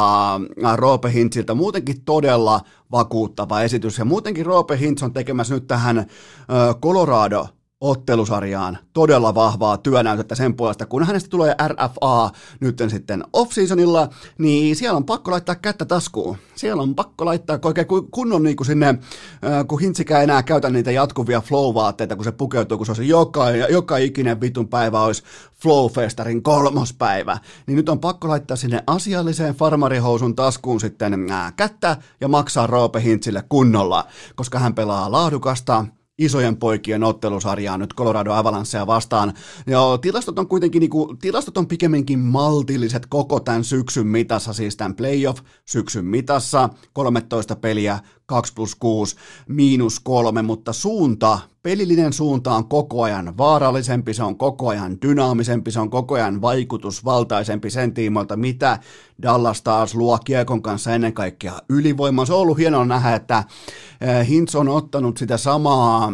Roope Hintziltä muutenkin todella vakuuttava esitys. Ja muutenkin Roope Hintz on tekemässä nyt tähän Colorado ottelusarjaan todella vahvaa työnäytettä sen puolesta, kun hänestä tulee RFA nyt sitten off-seasonilla, niin siellä on pakko laittaa kättä taskuun. Siellä on pakko laittaa oikein kunnon niin kuin sinne, kun Hintsikään enää käytä niitä jatkuvia flow-vaatteita, kun se pukeutuu, kun se olisi joka ikinen vitun päivä olisi Flow-festarin 3. päivä, niin nyt on pakko laittaa sinne asialliseen farmarihousun taskuun sitten kättä ja maksaa Roope Hintzille kunnolla, koska hän pelaa laadukasta isojen poikien ottelusarjaa nyt Colorado Avalancea vastaan. Ja tilastot on pikemminkin maltilliset koko tämän syksyn mitassa, siis tämän playoff-syksyn mitassa, 13 peliä, 2+6, -3, mutta pelillinen suunta on koko ajan vaarallisempi, se on koko ajan dynaamisempi, se on koko ajan vaikutusvaltaisempi sen tiimoilta, mitä Dallas taas luo kiekon kanssa ennen kaikkea ylivoimaa. Se on ollut hienoa nähdä, että Hintz on ottanut sitä samaa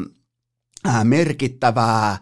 merkittävää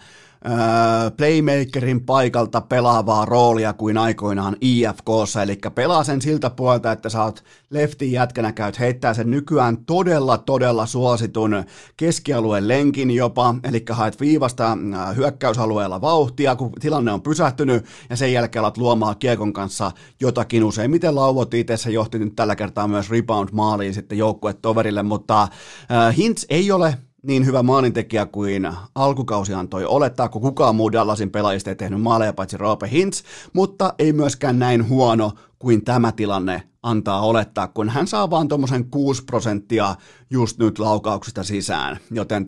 playmakerin paikalta pelaavaa roolia kuin aikoinaan IFK:ssa, eli pelaa sen siltä puolelta, että sä oot leftin jätkänä, käyt heittää sen nykyään todella suositun keskialueen lenkin jopa, eli haet viivasta hyökkäysalueella vauhtia, kun tilanne on pysähtynyt, ja sen jälkeen alat luomaan kiekon kanssa jotakin, useimmiten lauvot itse, se johti nyt tällä kertaa myös rebound-maaliin sitten joukkuetoverille, mutta Hintz ei ole niin hyvä maalintekijä kuin alkukausi antoi olettaa, kun kukaan muu Dallasin pelaajista ei tehnyt maaleja paitsi Roope Hintz, mutta ei myöskään näin huono kuin tämä tilanne antaa olettaa, kun hän saa vaan tuommoisen 6% just nyt laukauksista sisään, joten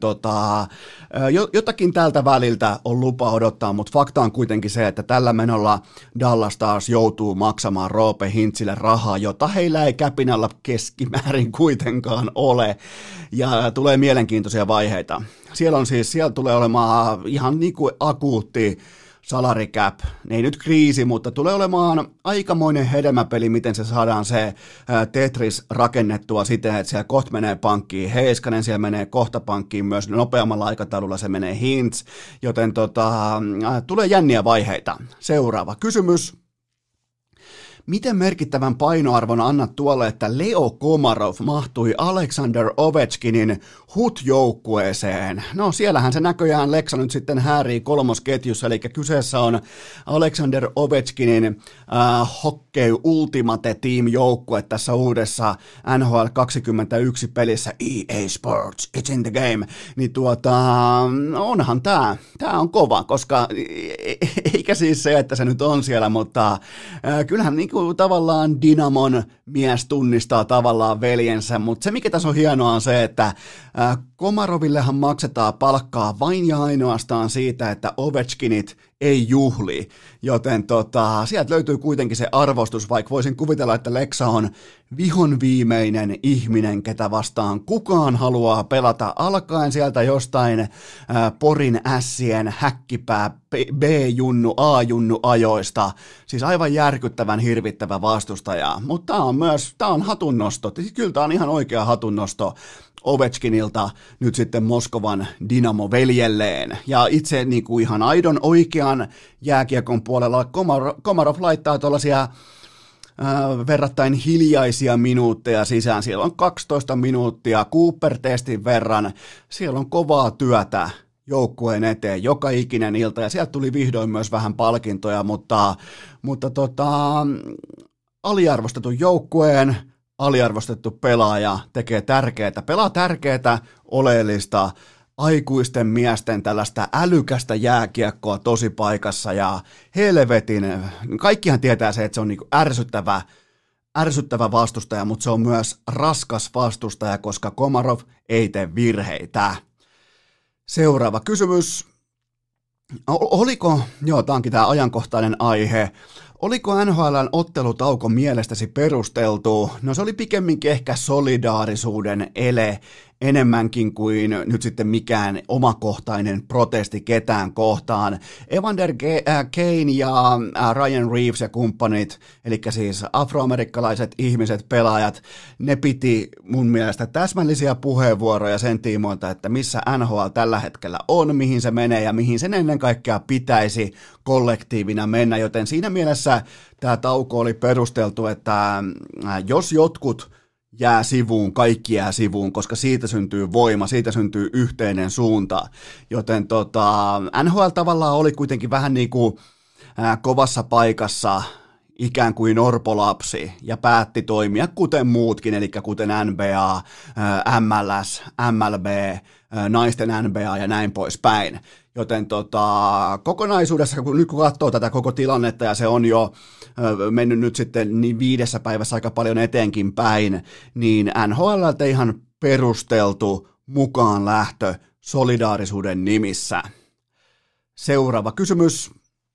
jotakin tältä väliltä on lupa odottaa, mutta fakta on kuitenkin se, että tällä menolla Dallas taas joutuu maksamaan Roope Hintzille rahaa, jota heillä ei käpinällä keskimäärin kuitenkaan ole, ja tulee mielenkiintoisia vaiheita. Siellä tulee olemaan ihan niin kuin akuutti salary cap, ei nyt kriisi, mutta tulee olemaan aikamoinen hedelmäpeli, miten se saadaan se Tetris rakennettua siten, että siellä kohta menee pankkiin Heiskanen, siellä menee kohta pankkiin myös nopeammalla aikataululla se menee Hintz, joten tulee jänniä vaiheita. Seuraava kysymys. Miten merkittävän painoarvon annat tuolle, että Leo Komarov mahtui Alexander Ovechkinin HUT-joukkueeseen? No siellähän se näköjään Leksa nyt sitten häärii kolmosketjussa, eli kyseessä on Alexander Ovechkinin Hockey Ultimate Team-joukkue tässä uudessa NHL 21 pelissä EA Sports, it's in the game. Niin onhan tää on kova, koska eikä siis se, että se nyt on siellä, mutta kyllähän niinku tavallaan Dynamon mies tunnistaa tavallaan veljensä, mutta se mikä tässä on hienoa on se, että Komarovillehan maksetaan palkkaa vain ja ainoastaan siitä, että Ovechkinit ei juhli, joten sieltä löytyy kuitenkin se arvostus, vaikka voisin kuvitella, että Leksa on vihon viimeinen ihminen, ketä vastaan kukaan haluaa pelata, alkaen sieltä jostain Porin ässien häkkipää B-junnu, A-junnu ajoista, siis aivan järkyttävän hirvittävä vastustaja, mutta tämä on hatunnosto, kyllä tämä on ihan oikea hatunnosto Ovechkinilta nyt sitten Moskovan Dynamo-veljelleen. Ja itse niin kuin ihan aidon oikean jääkiekon puolella Komarov laittaa tuollaisia verrattain hiljaisia minuutteja sisään. Siellä on 12 minuuttia Cooper-testin verran. Siellä on kovaa työtä joukkueen eteen joka ikinen ilta ja sieltä tuli vihdoin myös vähän palkintoja, mutta aliarvostetun joukkueen aliarvostettu pelaaja pelaa tärkeää, oleellista, aikuisten miesten tällaista älykästä jääkiekkoa tosi paikassa ja helvetin, kaikkihan tietää se, että se on niin kuin ärsyttävä vastustaja, mutta se on myös raskas vastustaja, koska Komarov ei tee virheitä. Seuraava kysymys. Tämä onkin tämä ajankohtainen aihe. Oliko NHL:n ottelutauko mielestäsi perusteltu? No se oli pikemminkin ehkä solidaarisuuden ele enemmänkin kuin nyt sitten mikään omakohtainen protesti ketään kohtaan. Evander Kane ja Ryan Reeves ja kumppanit, eli siis afroamerikkalaiset ihmiset, pelaajat, ne piti mun mielestä täsmällisiä puheenvuoroja sen tiimoilta, että missä NHL tällä hetkellä on, mihin se menee ja mihin sen ennen kaikkea pitäisi kollektiivina mennä, joten siinä mielessä tämä tauko oli perusteltu, että jos jotkut jää sivuun, kaikki jää sivuun, koska siitä syntyy voima, siitä syntyy yhteinen suunta. Joten NHL tavallaan oli kuitenkin vähän niin kuin kovassa paikassa ikään kuin orpolapsi ja päätti toimia kuten muutkin, eli kuten NBA, MLS, MLB, naisten NBA ja näin poispäin. Joten kokonaisuudessa, kun katsoo tätä koko tilannetta ja se on jo mennyt nyt sitten niin 5 päivässä aika paljon eteenkin päin, niin NHL:ltä ihan perusteltu mukaan lähtö solidaarisuuden nimissä. Seuraava kysymys.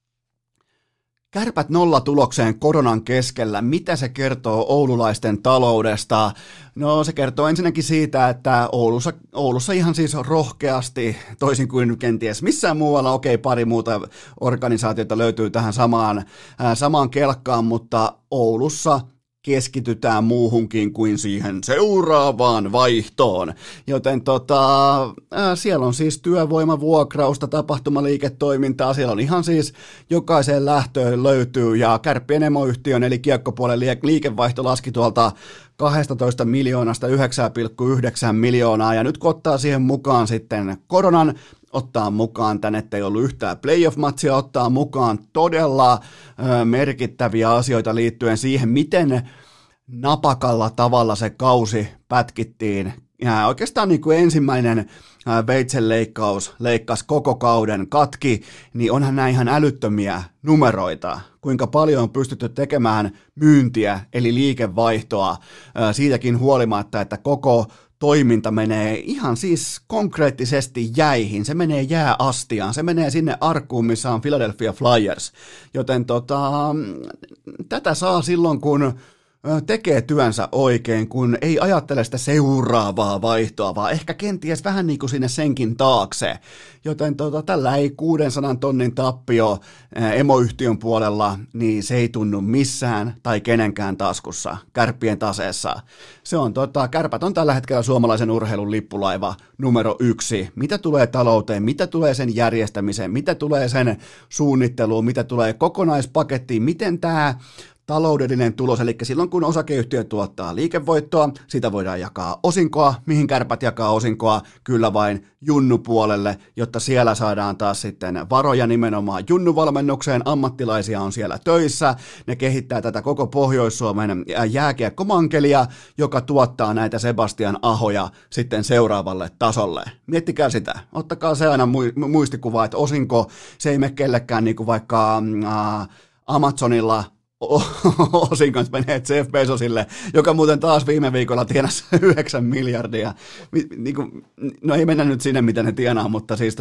Kärpät 0-tulokseen koronan keskellä. Mitä se kertoo oululaisten taloudesta? No se kertoo ensinnäkin siitä, että Oulussa ihan siis rohkeasti, toisin kuin kenties missään muualla, pari muuta organisaatiota löytyy tähän samaan kelkkaan, mutta Oulussa keskitytään muuhunkin kuin siihen seuraavaan vaihtoon. Joten siellä on siis työvoimavuokrausta, tapahtumaliiketoimintaa, siellä on ihan siis jokaiseen lähtöön löytyy, ja Kärppien emoyhtiön eli Kiekkopuolen liikevaihto laski tuolta 12 miljoonasta 9,9 miljoonaa, ja nyt kun ottaa siihen mukaan sitten koronan, ottaa mukaan tän, ettei ollut yhtään playoff-matsia, ottaa mukaan todella merkittäviä asioita liittyen siihen, miten napakalla tavalla se kausi pätkittiin. Ja oikeastaan niin kuin ensimmäinen veitsen leikkaus leikkasi koko kauden katki, niin onhan nämä ihan älyttömiä numeroita, kuinka paljon on pystytty tekemään myyntiä, eli liikevaihtoa, siitäkin huolimatta, että koko toiminta menee ihan siis konkreettisesti jäihin, se menee jääastiaan, se menee sinne arkkuun, missä on Philadelphia Flyers, joten tätä saa silloin, kun tekee työnsä oikein, kun ei ajattele sitä seuraavaa vaihtoa, vaan ehkä kenties vähän niin kuin sinne senkin taakse. Joten tällä ei 600 tonnin tappio emoyhtiön puolella, niin se ei tunnu missään tai kenenkään taskussa, Kärppien taseessa. Se on Kärpät on tällä hetkellä suomalaisen urheilun lippulaiva numero 1. Mitä tulee talouteen, mitä tulee sen järjestämiseen, mitä tulee sen suunnitteluun, mitä tulee kokonaispakettiin, miten tämä taloudellinen tulos, eli silloin kun osakeyhtiö tuottaa liikevoittoa, sitä voidaan jakaa osinkoa, mihin Kärpät jakaa osinkoa, kyllä vain junnupuolelle, jotta siellä saadaan taas sitten varoja nimenomaan junnuvalmennukseen, ammattilaisia on siellä töissä, ne kehittää tätä koko Pohjois-Suomen jääkiekkomankelia, joka tuottaa näitä Sebastian Ahoja sitten seuraavalle tasolle. Miettikää sitä, ottakaa se aina muistikuva, että osinko, se ei mene kellekään niin kuin vaikka Amazonilla osinko menee Jeff Bezosille, joka muuten taas viime viikolla tienasi 9 miljardia. No ei mennä nyt sinne, mitä ne tienaa, mutta siis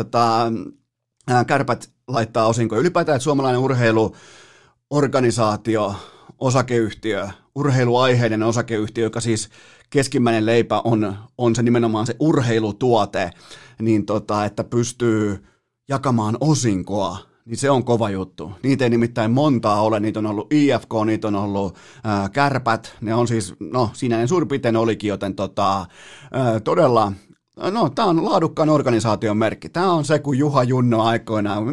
Kärpät laittaa osinko. Ylipäätään, että suomalainen urheiluorganisaatio, osakeyhtiö, urheiluaiheinen osakeyhtiö, joka siis keskimmäinen leipä on se nimenomaan se urheilutuote, niin että pystyy jakamaan osinkoa, niin se on kova juttu. Niitä ei nimittäin montaa ole, niitä on ollut IFK, niitä on ollut Kärpät, ne on siis, no siinä ne suurin piirtein olikin, joten todella, no tämä on laadukkaan organisaation merkki. Tämä on se, kun Juha Junno aikoinaan,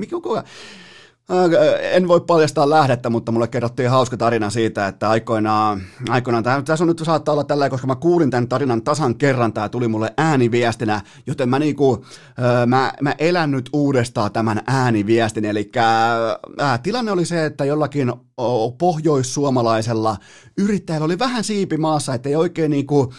en voi paljastaa lähdettä, mutta mulle kerrottiin hauska tarina siitä, että aikoinaan tässä on nyt saattaa olla tällä, koska mä kuulin tämän tarinan tasan kerran, tämä tuli mulle ääniviestinä, joten mä elän nyt uudestaan tämän ääniviestin, eli tilanne oli se, että jollakin pohjoissuomalaisella yrittäjällä oli vähän siipi maassa, ettei oikein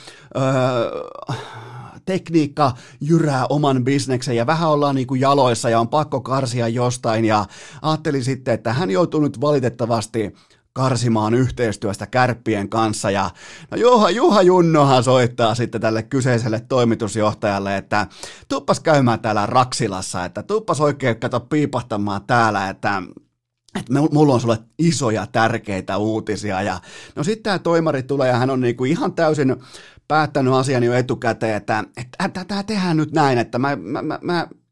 tekniikka jyrää oman bisneksen ja vähän ollaan niin kuin jaloissa ja on pakko karsia jostain ja ajattelin sitten, että hän joutuu nyt valitettavasti karsimaan yhteistyöstä Kärppien kanssa ja no Juha Junnohan soittaa sitten tälle kyseiselle toimitusjohtajalle, että tuppas käymään täällä Raksilassa, että tuppas oikein kato piipahtamaan täällä, että mulla on sulle isoja tärkeitä uutisia ja no sitten tämä toimari tulee ja hän on niinku ihan täysin päättänyt asian jo etukäteen, että tämä tehdään nyt näin, että mä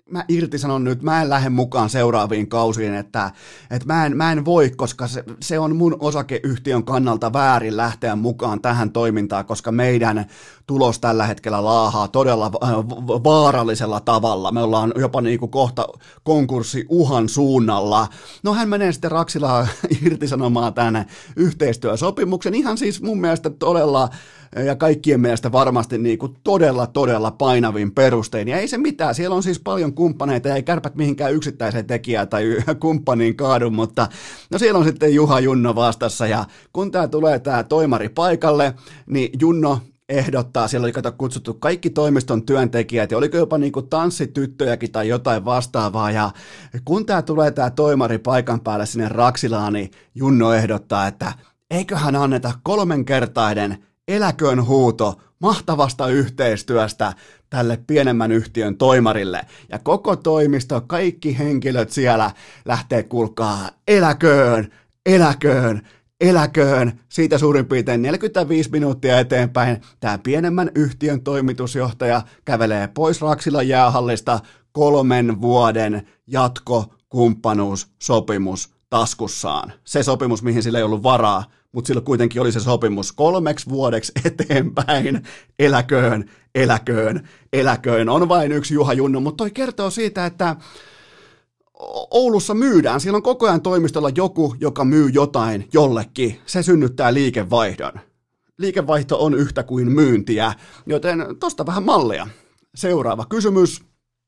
mä irtisanon nyt, mä en lähde mukaan seuraaviin kausiin, että mä en voi, koska se on mun osakeyhtiön kannalta väärin lähteä mukaan tähän toimintaan, koska meidän tulos tällä hetkellä laahaa todella vaarallisella tavalla. Me ollaan jopa niinku kohta konkurssiuhan suunnalla. No hän menee sitten Raksilaa irtisanomaan tämän yhteistyösopimuksen. Ihan siis mun mielestä todella ja kaikkien mielestä varmasti niinku todella painavin perustein. Ja ei se mitään, siellä on siis paljon kumppaneita ja ei Kärpät mihinkään yksittäiseen tekijään tai kumppaniin kaadu, mutta no siellä on sitten Juha Junno vastassa ja kun tää tulee tää toimari paikalle, niin Junno ehdottaa, siellä oli kutsuttu kaikki toimiston työntekijät ja oliko jopa niinku tanssityttöjäkin tai jotain vastaavaa ja kun tää tulee tää toimari paikan päälle sinne Raksilaan, niin Junno ehdottaa, että eiköhän anneta 3-kertainen eläköön huuto mahtavasta yhteistyöstä tälle pienemmän yhtiön toimarille. Ja koko toimisto, kaikki henkilöt siellä lähtee kuulkaa eläköön, eläköön, eläköön. Siitä suurin piirtein 45 minuuttia eteenpäin tämä pienemmän yhtiön toimitusjohtaja kävelee pois Raksilan jäähallista 3 vuoden jatkokumppanuussopimus taskussaan. Se sopimus, mihin sillä ei ollut varaa, mutta sillä kuitenkin oli se sopimus 3 vuodeksi eteenpäin. Eläköön, eläköön, eläköön. On vain yksi Juha Junno, mutta toi kertoo siitä, että Oulussa myydään. Siellä on koko ajan toimistolla joku, joka myy jotain jollekin. Se synnyttää liikevaihdon. Liikevaihto on yhtä kuin myyntiä, joten tosta vähän mallia. Seuraava kysymys.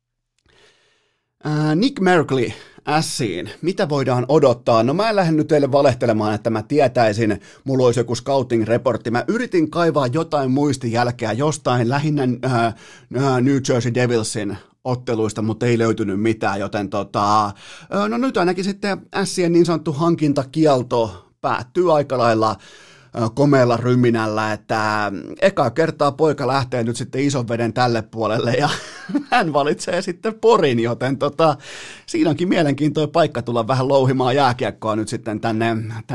Nick Merkley Siin. Mitä voidaan odottaa? No mä en lähde nyt teille valehtelemaan, että mä tietäisin, mulla olisi joku scouting-reportti. Mä yritin kaivaa jotain muistijälkeä jostain lähinnä New Jersey Devilsin otteluista, mutta ei löytynyt mitään, joten no nyt ainakin sitten Sien niin sanottu hankintakielto päättyy aika lailla komealla ryminällä, että eka kertaa poika lähtee nyt sitten ison veden tälle puolelle ja hän valitsee sitten Porin, joten siinä onkin mielenkiintoinen paikka tulla vähän louhimaan jääkiekkoa nyt sitten tänne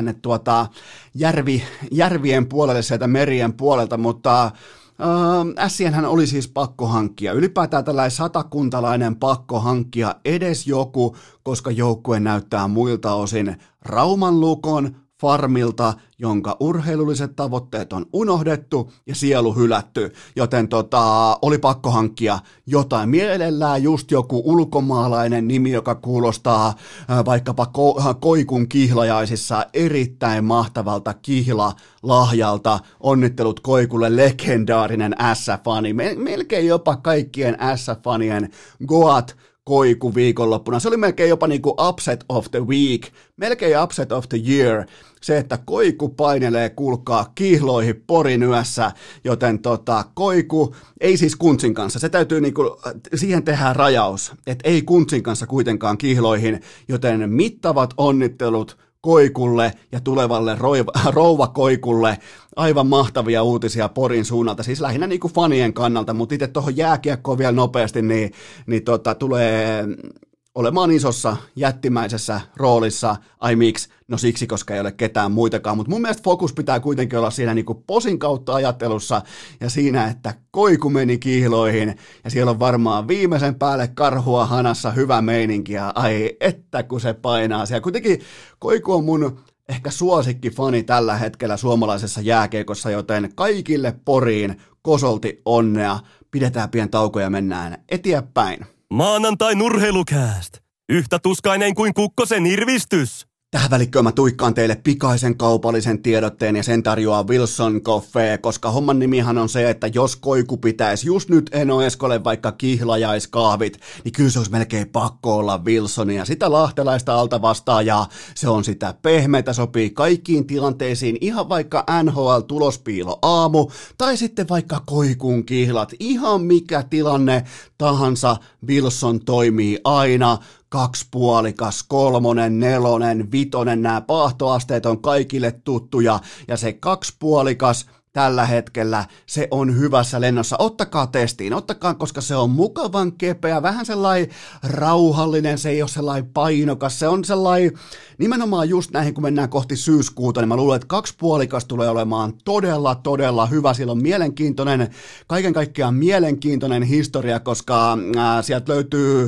järvien puolelle sieltä merien puolelta, mutta Sienhän oli siis pakko hankkia. Ylipäätään tällainen satakuntalainen pakko hankkia edes joku, koska joukkue näyttää muilta osin Rauman Lukon farmilta, jonka urheilulliset tavoitteet on unohdettu ja sielu hylätty, joten oli pakko hankkia jotain. Mielellään just joku ulkomaalainen nimi, joka kuulostaa vaikkapa Koikun kihlajaisissa erittäin mahtavalta kihlalahjalta. Onnittelut Koikulle, legendaarinen S-fani, melkein jopa kaikkien S-fanien Goat Koiku viikonloppuna. Se oli melkein jopa niin kuin upset of the week, melkein upset of the year. Se, että Koiku painelee, kuulkaa, kihloihin Porin yössä, joten Koiku, ei siis Kuntsin kanssa, se täytyy niinku, siihen tehdään rajaus, että ei Kuntsin kanssa kuitenkaan kihloihin, joten mittavat onnittelut Koikulle ja tulevalle rouva Koikulle. Aivan mahtavia uutisia Porin suunnalta, siis lähinnä niinku fanien kannalta, mutta itse tuohon jääkiekkoon vielä nopeasti, niin tulee olemaan isossa jättimäisessä roolissa. Ai miksi? No siksi, koska ei ole ketään muitakaan, mutta mun mielestä fokus pitää kuitenkin olla siinä niin kuin posin kautta ajattelussa ja siinä, että Koiku meni kihloihin ja siellä on varmaan viimeisen päälle karhua hanassa hyvä meininki ja ai että kun se painaa siellä. Kuitenkin Koiku on mun ehkä suosikkifani tällä hetkellä suomalaisessa jääkiekossa, joten kaikille Poriin kosolti onnea. Pidetään pieni tauko ja mennään eteenpäin. Maanantai Nurheilukääst. Yhtä tuskainen kuin Kukkosen irvistys. Tähän välikköön mä tuikkaan teille pikaisen kaupallisen tiedotteen ja sen tarjoaa Wilson Coffee, koska homman nimihan on se, että jos Koiku pitäisi just nyt Eno Eskolle vaikka kihlajaiskahvit, niin kyllä se olisi melkein pakko olla Wilsonia. Sitä lahtelaista alta vastaajaa, se on sitä pehmeitä, sopii kaikkiin tilanteisiin, ihan vaikka NHL-tulospiilo aamu, tai sitten vaikka Koikun kihlat, ihan mikä tilanne tahansa, Wilson toimii aina. 2 puolikas, 3, 4, 5, nämä paahtoasteet on kaikille tuttuja ja se 2 puolikas tällä hetkellä se on hyvässä lennossa. Ottakaa testiin, ottakaa, koska se on mukavan kepeä, vähän sellainen rauhallinen, se ei ole sellainen painokas, se on sellainen, nimenomaan just näihin, kun mennään kohti syyskuuta, niin mä luulen, että 2 puolikas tulee olemaan todella hyvä. Siellä on mielenkiintoinen, kaiken kaikkiaan mielenkiintoinen historia, koska sieltä löytyy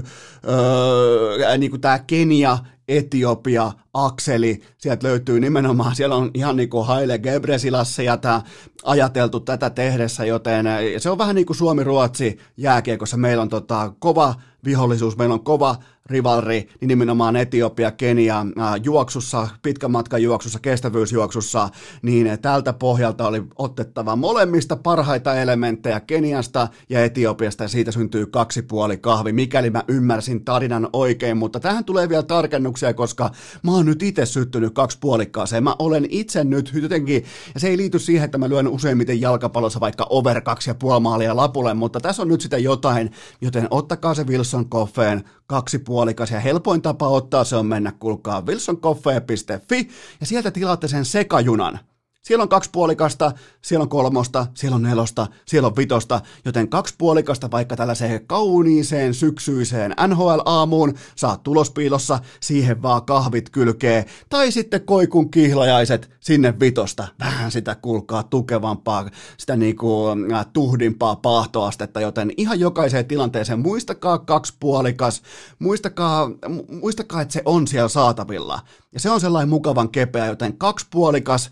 niin kuin tämä Kenia, Etiopia, akseli, sieltä löytyy nimenomaan, siellä on ihan niin kuin Haile Gebrselassie ajateltu tätä tehdessä, joten se on vähän niin kuin Suomi-Ruotsi jääkiekossa, meillä on kova vihollisuus, meillä on kova rivalri, niin nimenomaan Etiopia, Kenia juoksussa, pitkän matkan juoksussa, kestävyysjuoksussa, niin tältä pohjalta oli otettava molemmista parhaita elementtejä Keniasta ja Etiopiasta, ja siitä syntyy 2,5 kahvi, mikäli mä ymmärsin tarinan oikein, mutta tähän tulee vielä tarkennuksia, koska mä oon nyt itse syttynyt 2,5. Mä olen itse nyt jotenkin, ja se ei liity siihen, että mä lyön useimmiten jalkapallossa vaikka over 2,5 maalia lapulle, mutta tässä on nyt sitä jotain, joten ottakaa se Wilson Coffeen 2,5, ja helpoin tapa ottaa se on mennä, kuulkaa, wilsoncoffee.fi, ja sieltä tilaatte sen sekajunan. Siellä on 2 puolikasta, siellä on 3, siellä on 4, siellä on 5, joten 2 puolikasta vaikka tällaiseen kauniiseen syksyiseen NHL-aamuun, saat tulospiilossa, siihen vaan kahvit kylkee, tai sitten koikun kihlajaiset sinne 5, vähän sitä kuulkaa tukevampaa, sitä niinku tuhdimpaa paahtoastetta, joten ihan jokaiseen tilanteeseen muistakaa 2 puolikas, muistakaa, että se on siellä saatavilla. Ja se on sellainen mukavan kepeä, joten 2 puolikas,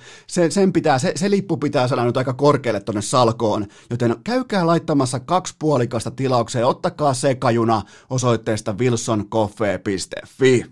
se lippu pitää saada nyt aika korkealle tuonne salkoon, joten käykää laittamassa 2 puolikasta tilaukseen, ottakaa sekajuna osoitteesta wilsoncoffee.fi.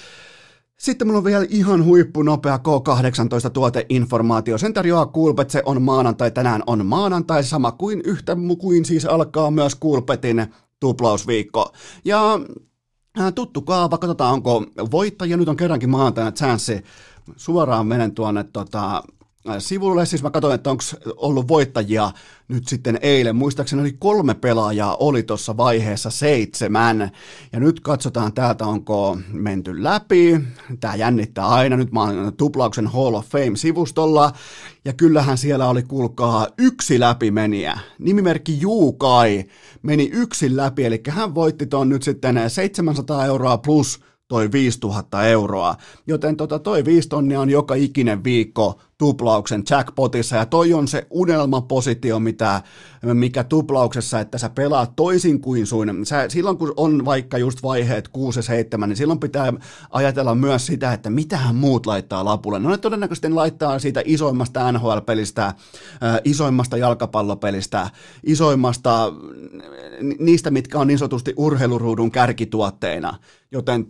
Sitten mulla on vielä ihan huippunopea K18 tuoteinformaatio. Sen tarjoaa Coolbet, se on maanantai, tänään on maanantai, sama kuin yhtä kuin siis alkaa myös Coolbetin tuplausviikko. Ja tuttu kaava, katsotaan onko voittajia, nyt on kerrankin maanantaina chanssi, suoraan menen tuonne sivulle, siis mä katsoin, että onko ollut voittajia nyt sitten eilen, muistaakseni oli 3 pelaajaa, oli tuossa vaiheessa 7, ja nyt katsotaan täältä, onko menty läpi, tää jännittää aina, nyt mä oon Tuplauksen Hall of Fame-sivustolla, ja kyllähän siellä oli, kuulkaa, 1 läpimeniä, nimimerkki Juukai meni 1 läpi, eli hän voitti ton nyt sitten 700 € plus toi 5000 €, joten toi 5 tonnia on joka ikinen viikko tuplauksen jackpotissa, ja toi on se unelmapositio, mikä tuplauksessa, että sä pelaat toisin kuin sun. Silloin kun on vaikka just vaiheet 6 ja 7, niin silloin pitää ajatella myös sitä, että mitähän muut laittaa lapulle. No ne todennäköisesti laittaa siitä isoimmasta NHL-pelistä, isoimmasta jalkapallopelistä, isoimmasta niistä, mitkä on niin sanotusti urheiluruudun kärkituotteina. Joten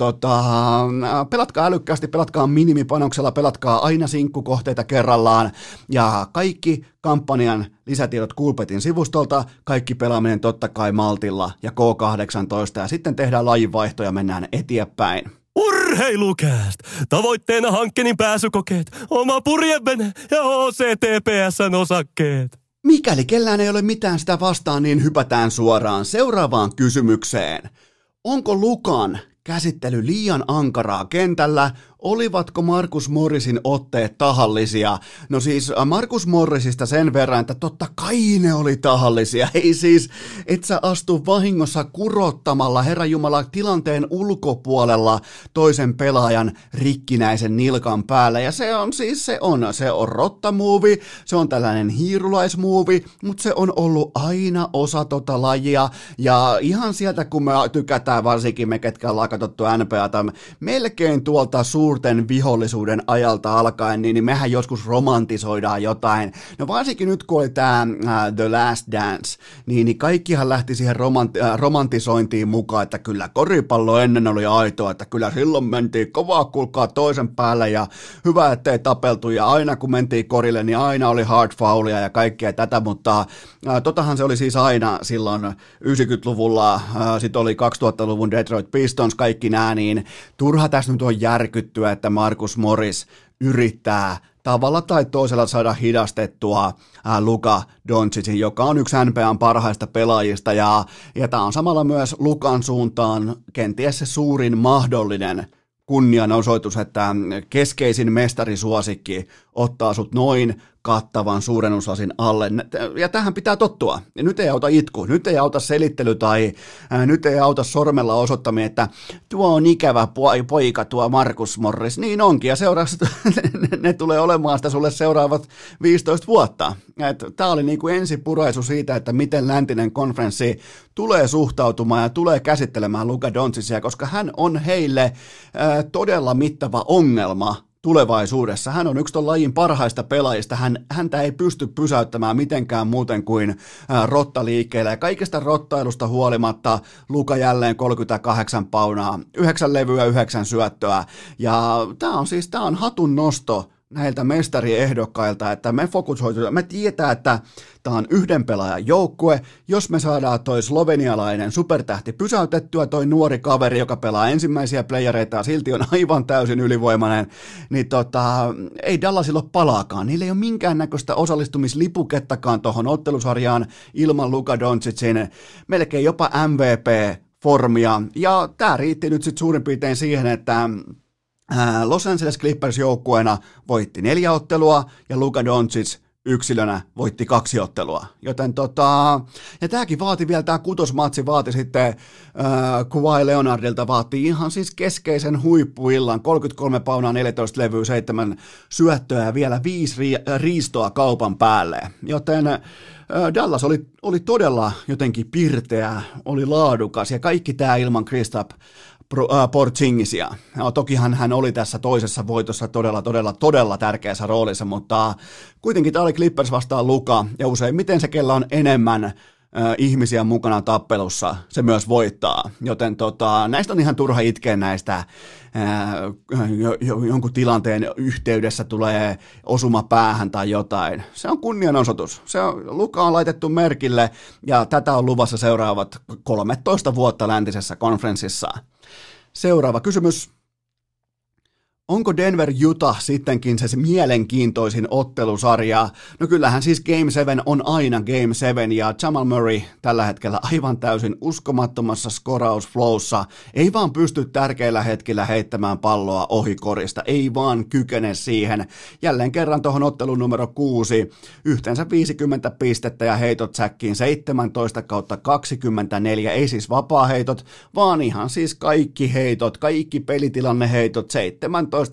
pelatkaa älykkäästi, pelatkaa minimipanoksella, pelatkaa aina sinkkukohteita kerrallaan, ja kaikki kampanjan lisätiedot Coolbetin sivustolta, kaikki pelaaminen totta kai maltilla ja K18, ja sitten tehdään lajinvaihto ja mennään eteenpäin. Urheilukääst! Tavoitteena hankkeen pääsykokeet, oma purjevene ja OCTPS:n osakkeet. Mikäli kellään ei ole mitään sitä vastaan, niin hypätään suoraan seuraavaan kysymykseen. Onko Lukan käsittely liian ankaraa kentällä? Olivatko Marcus Morrisin otteet tahallisia? No siis Marcus Morrisista sen verran, että totta kai ne oli tahallisia. Ei siis, et sä astu vahingossa kurottamalla Herranjumala tilanteen ulkopuolella toisen pelaajan rikkinäisen nilkan päällä. Ja se on rottamuovi, se on tällainen hiirulaismuovi, mutta se on ollut aina osa tota lajia. Ja ihan sieltä, kun me tykätään, varsinkin me, ketkä ollaan katsottu NBA:ta, melkein tuolta suurten vihollisuuden ajalta alkaen, niin mehän joskus romantisoidaan jotain. No varsinkin nyt, kun oli tämä The Last Dance, niin kaikkihan lähti siihen romantisointiin mukaan, että kyllä koripallo ennen oli aitoa, että kyllä silloin mentiin kovaa kulkaa toisen päälle ja hyvä, ettei tapeltu, ja aina kun mentiin korille, niin aina oli hard foulia ja kaikkea tätä, mutta totahan se oli siis aina silloin 90-luvulla, sitten oli 2000-luvun Detroit Pistons, kaikki nämä, niin turha tässä nyt on järkyttyä, että Marcus Morris yrittää tavalla tai toisella saada hidastettua Luka Doncicin, joka on yksi NBA:n parhaista pelaajista, ja tämä on samalla myös Lukan suuntaan kenties se suurin mahdollinen kunnianosoitus, että keskeisin mestarisuosikki ottaa sut noin kattavan suurennuslasin alle. Ja tähän pitää tottua. Ja nyt ei auta itku, nyt ei auta selittely tai nyt ei auta sormella osoittaminen, että tuo on ikävä poika, tuo Marcus Morris. Niin onkin, ja seuraavaksi ne tulee olemaan sitä sulle seuraavat 15 vuotta. Tämä oli niin kuin ensipuraisu siitä, että miten läntinen konferenssi tulee suhtautumaan ja tulee käsittelemään Luka Doncicia, koska hän on heille todella mittava ongelma tulevaisuudessa. Hän on yksi ton lajin parhaista pelaajista. Häntä ei pysty pysäyttämään mitenkään muuten kuin rottaliikkeellä. Ja kaikesta rottailusta huolimatta Luka jälleen 38 paunaa, 9 levyä, 9 syöttöä. Ja tämä on hatun nosto näiltä mestariehdokkailta, että me fokusoidutaan, me tietää, että tämä on yhden pelaajan joukkue, jos me saadaan toi slovenialainen supertähti pysäytettyä, toi nuori kaveri, joka pelaa ensimmäisiä playereita ja silti on aivan täysin ylivoimainen, niin ei Dallasilla ole palaakaan, niillä ei ole minkäännäköistä osallistumislipukettakaan tuohon ottelusarjaan ilman Luka Doncicin, melkein jopa MVP-formia, ja tämä riitti nyt sitten suurin piirtein siihen, että Los Angeles Clippers joukkueena voitti 4 ottelua ja Luka Doncic yksilönä voitti 2 ottelua. Joten ja tämäkin vaati vielä, tämä kutosmatsi vaati sitten Kawhi Leonardilta, vaati ihan siis keskeisen huippuillan, 33 paunaa, 14 levyä, 7 syöttöä ja vielä 5 riistoa kaupan päälle. Joten Dallas oli todella jotenkin pirteä, oli laadukas ja kaikki tämä ilman Kristaps Porzingisia. No, tokihan hän oli tässä toisessa voitossa todella tärkeässä roolissa, mutta kuitenkin tämä oli Clippers vastaan Luka, ja useimmiten se, kellä on enemmän ihmisiä mukana tappelussa, se myös voittaa. Joten näistä on ihan turha itkeä näistä, jonkun tilanteen yhteydessä tulee osuma päähän tai jotain. Se on kunnianosoitus. Luka on laitettu merkille, ja tätä on luvassa seuraavat 13 vuotta läntisessä konferenssissa. Seuraava kysymys. Onko Denver Utah sittenkin se mielenkiintoisin ottelusarja? No kyllähän siis Game 7 on aina Game 7 ja Jamal Murray tällä hetkellä aivan täysin uskomattomassa skorausflowssa. Ei vaan pysty tärkeillä hetkillä heittämään palloa ohi korista, ei vaan kykene siihen. Jälleen kerran tuohon ottelun numero 6, yhteensä 50 pistettä ja heitot säkkiin 17/24, ei siis vapaa-heitot, vaan ihan siis kaikki heitot, kaikki pelitillanneheitot 17/24.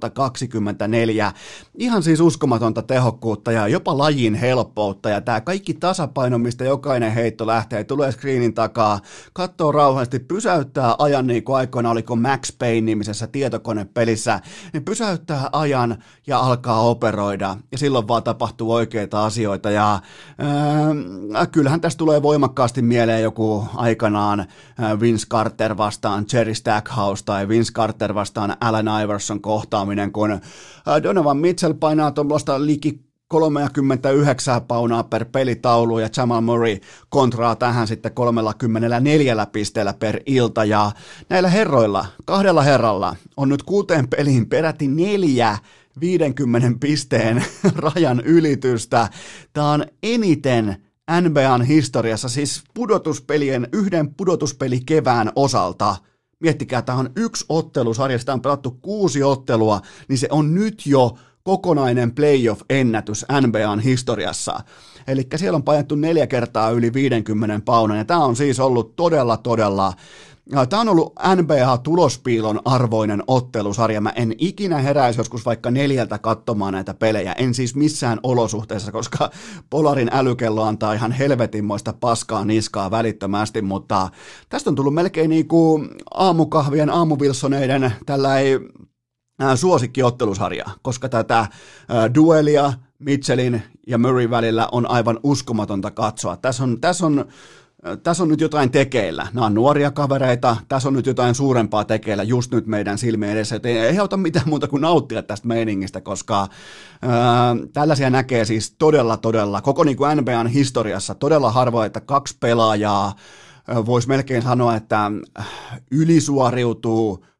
Ihan siis uskomatonta tehokkuutta ja jopa lajin helppoutta ja tämä kaikki tasapaino, mistä jokainen heitto lähtee, tulee screenin takaa, katsoo rauhallisesti, pysäyttää ajan niin kuin aikoina oliko Max Payne-nimisessä tietokonepelissä, niin pysäyttää ajan ja alkaa operoida ja silloin vaan tapahtuu oikeita asioita ja kyllähän tästä tulee voimakkaasti mieleen joku aikanaan Vince Carter vastaan Jerry Stackhouse tai Vince Carter vastaan Allen Iverson kohtaaminen, kun Donovan Mitchell painaa tuollaista liki 39 paunaa per pelitaulu ja Jamal Murray kontraa tähän sitten 34 pisteellä per ilta ja näillä herroilla, 2 herralla on nyt 6 peliin peräti 4 50 pisteen rajan ylitystä. Tämä on eniten NBAn historiassa, siis yhden pudotuspelikevään osalta. Miettikää, tämä on 1 ottelusarja, sitä on pelattu 6 ottelua, niin se on nyt jo kokonainen playoff-ennätys NBAn historiassa. Eli siellä on painettu 4 kertaa yli 50 paunan, ja tämä on siis ollut todella, tämä on ollut NBA-tulospiilon arvoinen ottelusarja. Mä en ikinä heräisi joskus vaikka 4 katsomaan näitä pelejä, en siis missään olosuhteessa, koska Polarin älykello antaa ihan helvetinmoista paskaa niskaa välittömästi, mutta tästä on tullut melkein niin kuin aamukahvien, aamuvilsoneiden tällainen suosikkiottelusarja, koska tätä duelia Mitchellin ja Murray välillä on aivan uskomatonta katsoa. Tässä on nyt jotain tekeillä. Nämä on nuoria kavereita, tässä on nyt jotain suurempaa tekeillä just nyt meidän silmien edessä, joten ei auta mitään muuta kuin nauttia tästä meiningistä, koska tällaisia näkee siis todella, koko niin kuin NBAn historiassa todella harvoin, että 2 pelaajaa voisi melkein sanoa, että ylisuoriutuu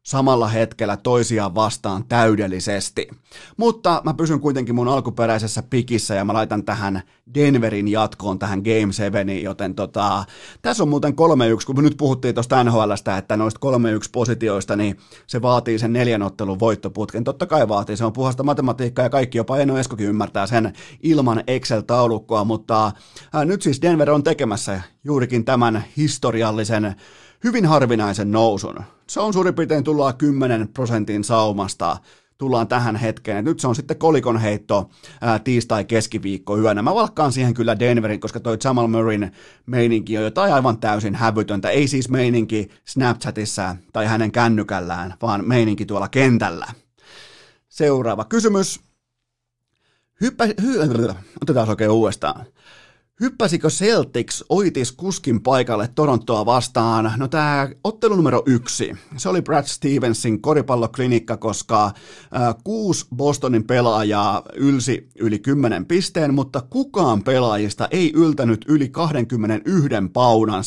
samalla hetkellä toisiaan vastaan täydellisesti. Mutta mä pysyn kuitenkin mun alkuperäisessä pikissä ja mä laitan tähän Denverin jatkoon, tähän Game 7, joten tässä on muuten 3-1, kun me nyt puhuttiin tuosta NHLstä, että noista 3-1 positioista, niin se vaatii sen 4 ottelun voittoputken. Totta kai vaatii, se on puhasta matematiikkaa ja kaikki, jopa Eno Eskokin ymmärtää sen ilman Excel-taulukkoa, mutta nyt siis Denver on tekemässä juurikin tämän historiallisen hyvin harvinaisen nousun. Se on suurin piirtein tullaan 10% saumasta, tullaan tähän hetkeen. Nyt se on sitten kolikon heitto tiistai-keskiviikko yönä. Mä valkkaan siihen kyllä Denverin, koska toi Jamal Murrayn meininki on jotain aivan täysin hävytöntä. Ei siis meininki Snapchatissa tai hänen kännykällään, vaan meininki tuolla kentällä. Seuraava kysymys. Otetaan oikein uudestaan. Hyppäsikö Celtics Oitis Kuskin paikalle Torontoa vastaan? No tämä ottelu numero 1, se oli Brad Stevensin koripalloklinikka, koska 6 Bostonin pelaajaa ylsi yli 10 pisteen, mutta kukaan pelaajista ei yltänyt yli 21 paunan.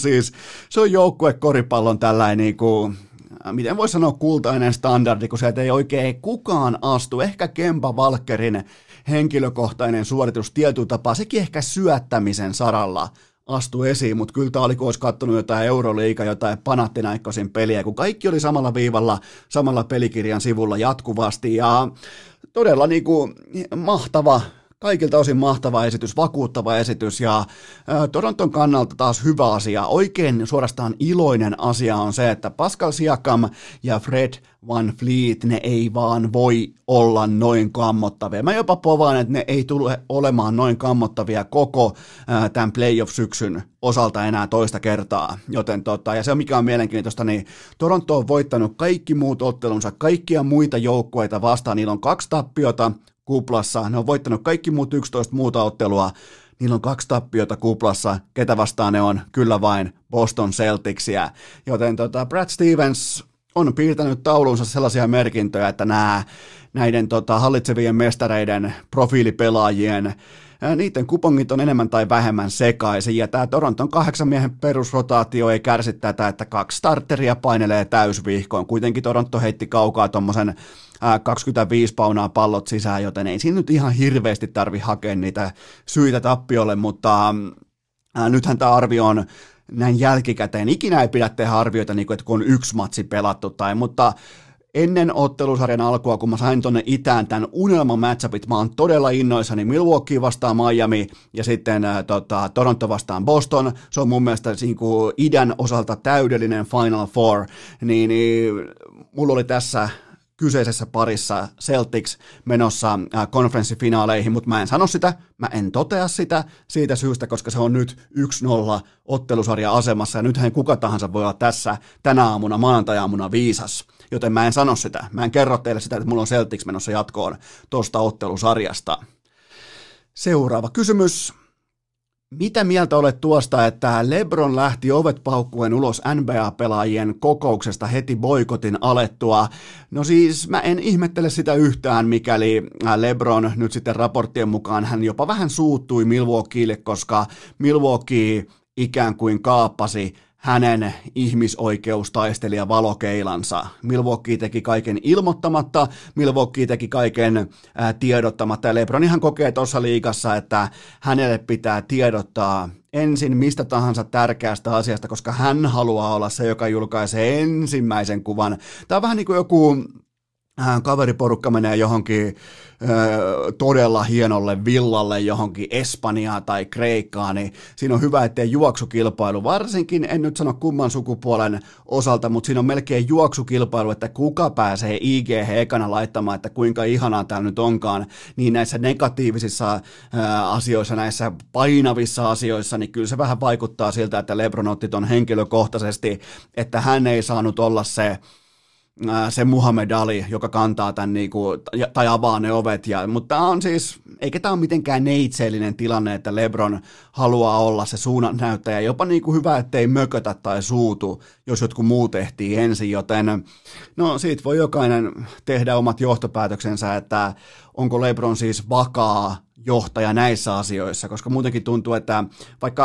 Se on joukkuekoripallon tällainen niinku, miten voisi sanoa, kultainen standardi, kun sieltä ei oikein kukaan astu. Ehkä Kemba Walkerin henkilökohtainen suoritus tietyllä tapaa, sekin ehkä syöttämisen saralla astui esiin, mutta kyllä tämä oli, kun olisi katsonut jotain Euroliigaa, jotain Panathinaikosin peliä, kun kaikki oli samalla viivalla, samalla pelikirjan sivulla jatkuvasti, ja todella niin kuin mahtava, kaikilta osin mahtava esitys, vakuuttava esitys, ja Toronton kannalta taas hyvä asia, oikein suorastaan iloinen asia on se, että Pascal Siakam ja Fred VanVleet, ne ei vaan voi olla noin kammottavia. Mä jopa povaan, että ne ei tule olemaan noin kammottavia koko tämän playoff-syksyn osalta enää toista kertaa. Joten ja se on mikä on mielenkiintoista, niin Toronto on voittanut kaikki muut ottelunsa, kaikkia muita joukkueita vastaan. Niillä on 2 tappiota kuplassa, ne on voittanut kaikki muut 11 muuta ottelua. Niillä on 2 tappiota kuplassa, ketä vastaan ne on? Kyllä vain Boston Celticsia. Joten Brad Stevens on piirtänyt taulunsa sellaisia merkintöjä, että näiden hallitsevien mestareiden profiilipelaajien, niiden kupongit on enemmän tai vähemmän sekaisin, ja tämä Toronton 8 miehen perusrotaatio ei kärsi tätä, että 2 starteria painelee täysvihkoon. Kuitenkin Toronto heitti kaukaa tuommoisen 25 paunaa pallot sisään, joten ei siinä nyt ihan hirveästi tarvi hakea niitä syitä tappiolle, mutta nythän tämä arvio on näin jälkikäteen. Ikinä ei pidä tehdä arvioita, niin kuin, että kun on 1 matsi pelattu, mutta ennen ottelusarjan alkua, kun mä sain tonne itään tämän unelma-matchupit, mä oon todella innoissani. Milwaukee vastaan Miami ja sitten Toronto vastaan Boston. Se on mun mielestä niin kuin idän osalta täydellinen Final Four. Niin mulla oli tässä kyseisessä parissa Celtics menossa konferenssifinaaleihin, mutta mä en sano sitä, mä en totea sitä siitä syystä, koska se on nyt 1-0 ottelusarja-asemassa, ja nythän kuka tahansa voi olla tässä tänä aamuna, maanantai-aamuna viisas, joten mä en sano sitä, mä en kerro teille sitä, että mulla on Celtics menossa jatkoon tuosta ottelusarjasta. Seuraava kysymys. Mitä mieltä olet tuosta, että LeBron lähti ovet paukkuen ulos NBA-pelaajien kokouksesta heti boikotin alettua? No siis mä en ihmettele sitä yhtään, mikäli LeBron nyt sitten raporttien mukaan hän jopa vähän suuttui Milwaukeelle, koska Milwaukee ikään kuin kaappasi hänen ihmisoikeustaistelija valokeilansa. Milwaukee teki kaiken ilmoittamatta, Milwaukee teki kaiken tiedottamatta, ja LeBronihan kokee tuossa liigassa, että hänelle pitää tiedottaa ensin mistä tahansa tärkeästä asiasta, koska hän haluaa olla se, joka julkaisee ensimmäisen kuvan. Tämä on vähän niin kuin joku kaveriporukka menee johonkin todella hienolle villalle, johonkin Espanjaan tai Kreikkaan, niin siinä on hyvä, ettei juoksukilpailu, varsinkin en nyt sano kumman sukupuolen osalta, mutta siinä on melkein juoksukilpailu, että kuka pääsee IG ekana laittamaan, että kuinka ihanaa täällä nyt onkaan, niin näissä negatiivisissa asioissa, näissä painavissa asioissa, niin kyllä se vähän vaikuttaa siltä, että LeBron otti ton henkilökohtaisesti, että hän ei saanut olla se Muhammed Ali, joka kantaa tämän tai avaa ne ovet, mutta tämä on siis, eikä tämä ole mitenkään neitseellinen tilanne, että LeBron haluaa olla se suunnannäyttäjä, jopa hyvä, ettei mökötä tai suutu, jos jotkut muut tehtiin ensin, joten no siitä voi jokainen tehdä omat johtopäätöksensä, että onko LeBron siis vakaa johtaja näissä asioissa, koska muutenkin tuntuu, että vaikka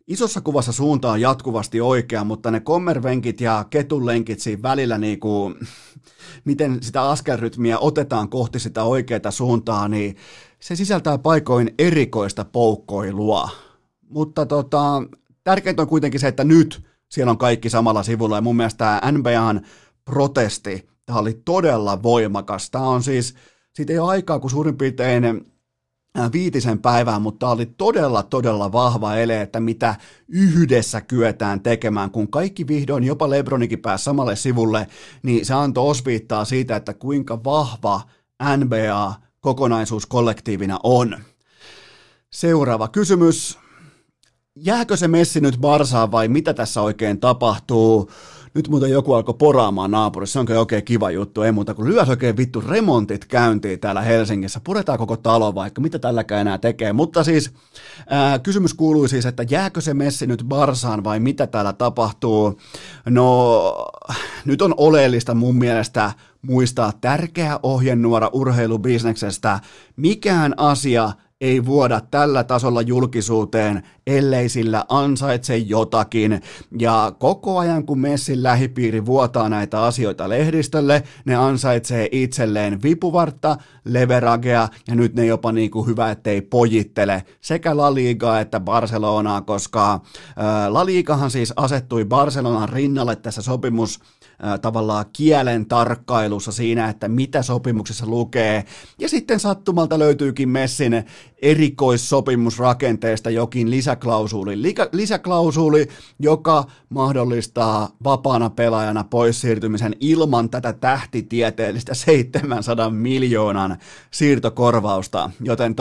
isossa kuvassa suunta on jatkuvasti oikea, mutta ne kommervenkit ja ketunlenkit siinä välillä, niin kuin, miten sitä askelrytmiä otetaan kohti sitä oikeaa suuntaa, niin se sisältää paikoin erikoista poukkoilua. Mutta tärkeintä on kuitenkin se, että nyt siellä on kaikki samalla sivulla, ja mun mielestä tämä NBAn protesti, tämä oli todella voimakas. Tämä on siis, siitä ei ole aikaa kuin suurin piirtein 5 päivää, mutta tämä oli todella vahva ele, että mitä yhdessä kyetään tekemään, kun kaikki vihdoin, jopa LeBronikin pääsi samalle sivulle, niin se antoi osviittaa siitä, että kuinka vahva NBA kokonaisuus kollektiivina on. Seuraava kysymys. Jääkö se Messi nyt Barsaan vai mitä tässä oikein tapahtuu? Nyt muuten joku alkoi poraamaan naapurissa, se onkin oikein kiva juttu, ei muuta kuin lyös oikein vittu remontit käyntiin täällä Helsingissä, puretaan koko talo vaikka, mitä tälläkään enää tekee, mutta siis kysymys kuului siis, että jääkö se Messi nyt Barsaan vai mitä täällä tapahtuu? No nyt on oleellista mun mielestä muistaa tärkeä ohjenuora urheilubisneksestä, mikään asia ei vuoda tällä tasolla julkisuuteen, ellei sillä ansaitse jotakin. Ja koko ajan, kun Messin lähipiiri vuotaa näitä asioita lehdistölle, ne ansaitsee itselleen vipuvartta, leveragea, ja nyt ne jopa niin kuin hyvä, ettei pojittele sekä La Ligaa että Barcelonaa, koska La Ligahan siis asettui Barcelonan rinnalle tässä tavallaan kielen tarkkailussa siinä, että mitä sopimuksessa lukee, ja sitten sattumalta löytyykin Messin erikoissopimusrakenteesta jokin lisäklausuuli, joka mahdollistaa vapaana pelaajana poissiirtymisen ilman tätä tähtitieteellistä 700 miljoonan siirtokorvausta, joten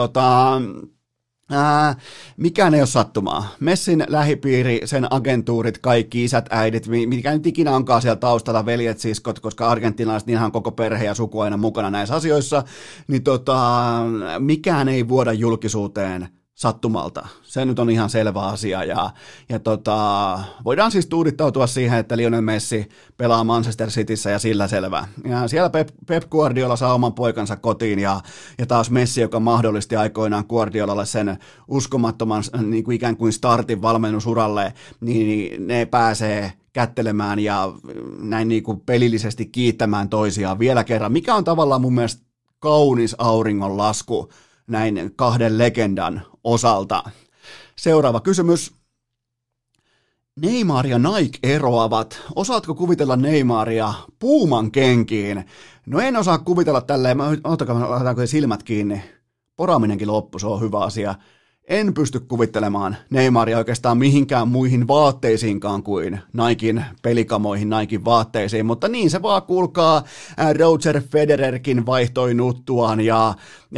mikään ei ole sattumaa. Messin lähipiiri, sen agentuurit, kaikki isät, äidit, mikä nyt ikinä onkaan siellä taustalla, veljet, siskot, koska argentinalaiset, niinhän koko perhe ja suku aina mukana näissä asioissa, niin mikään ei vuoda julkisuuteen sattumalta. Se nyt on ihan selvä asia ja voidaan siis tuudittautua siihen, että Lionel Messi pelaa Manchester Cityssä ja sillä selvä. Ja siellä Pep Guardiola saa oman poikansa kotiin ja taas Messi, joka mahdollisti aikoinaan Guardiolalle sen uskomattoman niin kuin ikään kuin startin valmennusuralle, niin ne pääsee kättelemään ja näin niin kuin pelillisesti kiittämään toisiaan vielä kerran, mikä on tavallaan mun mielestä kaunis auringonlasku näin 2 legendan osalta. Seuraava kysymys. Neymar ja Nike eroavat. Osaatko kuvitella Neymaria Puuman kenkiin? No en osaa kuvitella tälleen. Otetaanko silmät kiinni? Poraaminenkin loppu, se on hyvä asia. En pysty kuvittelemaan Neymaria oikeastaan mihinkään muihin vaatteisiinkaan kuin Niken pelikamoihin, Niken vaatteisiin, mutta niin se vaan kuulkaa, Roger Federerkin vaihtoi nuttuaan ja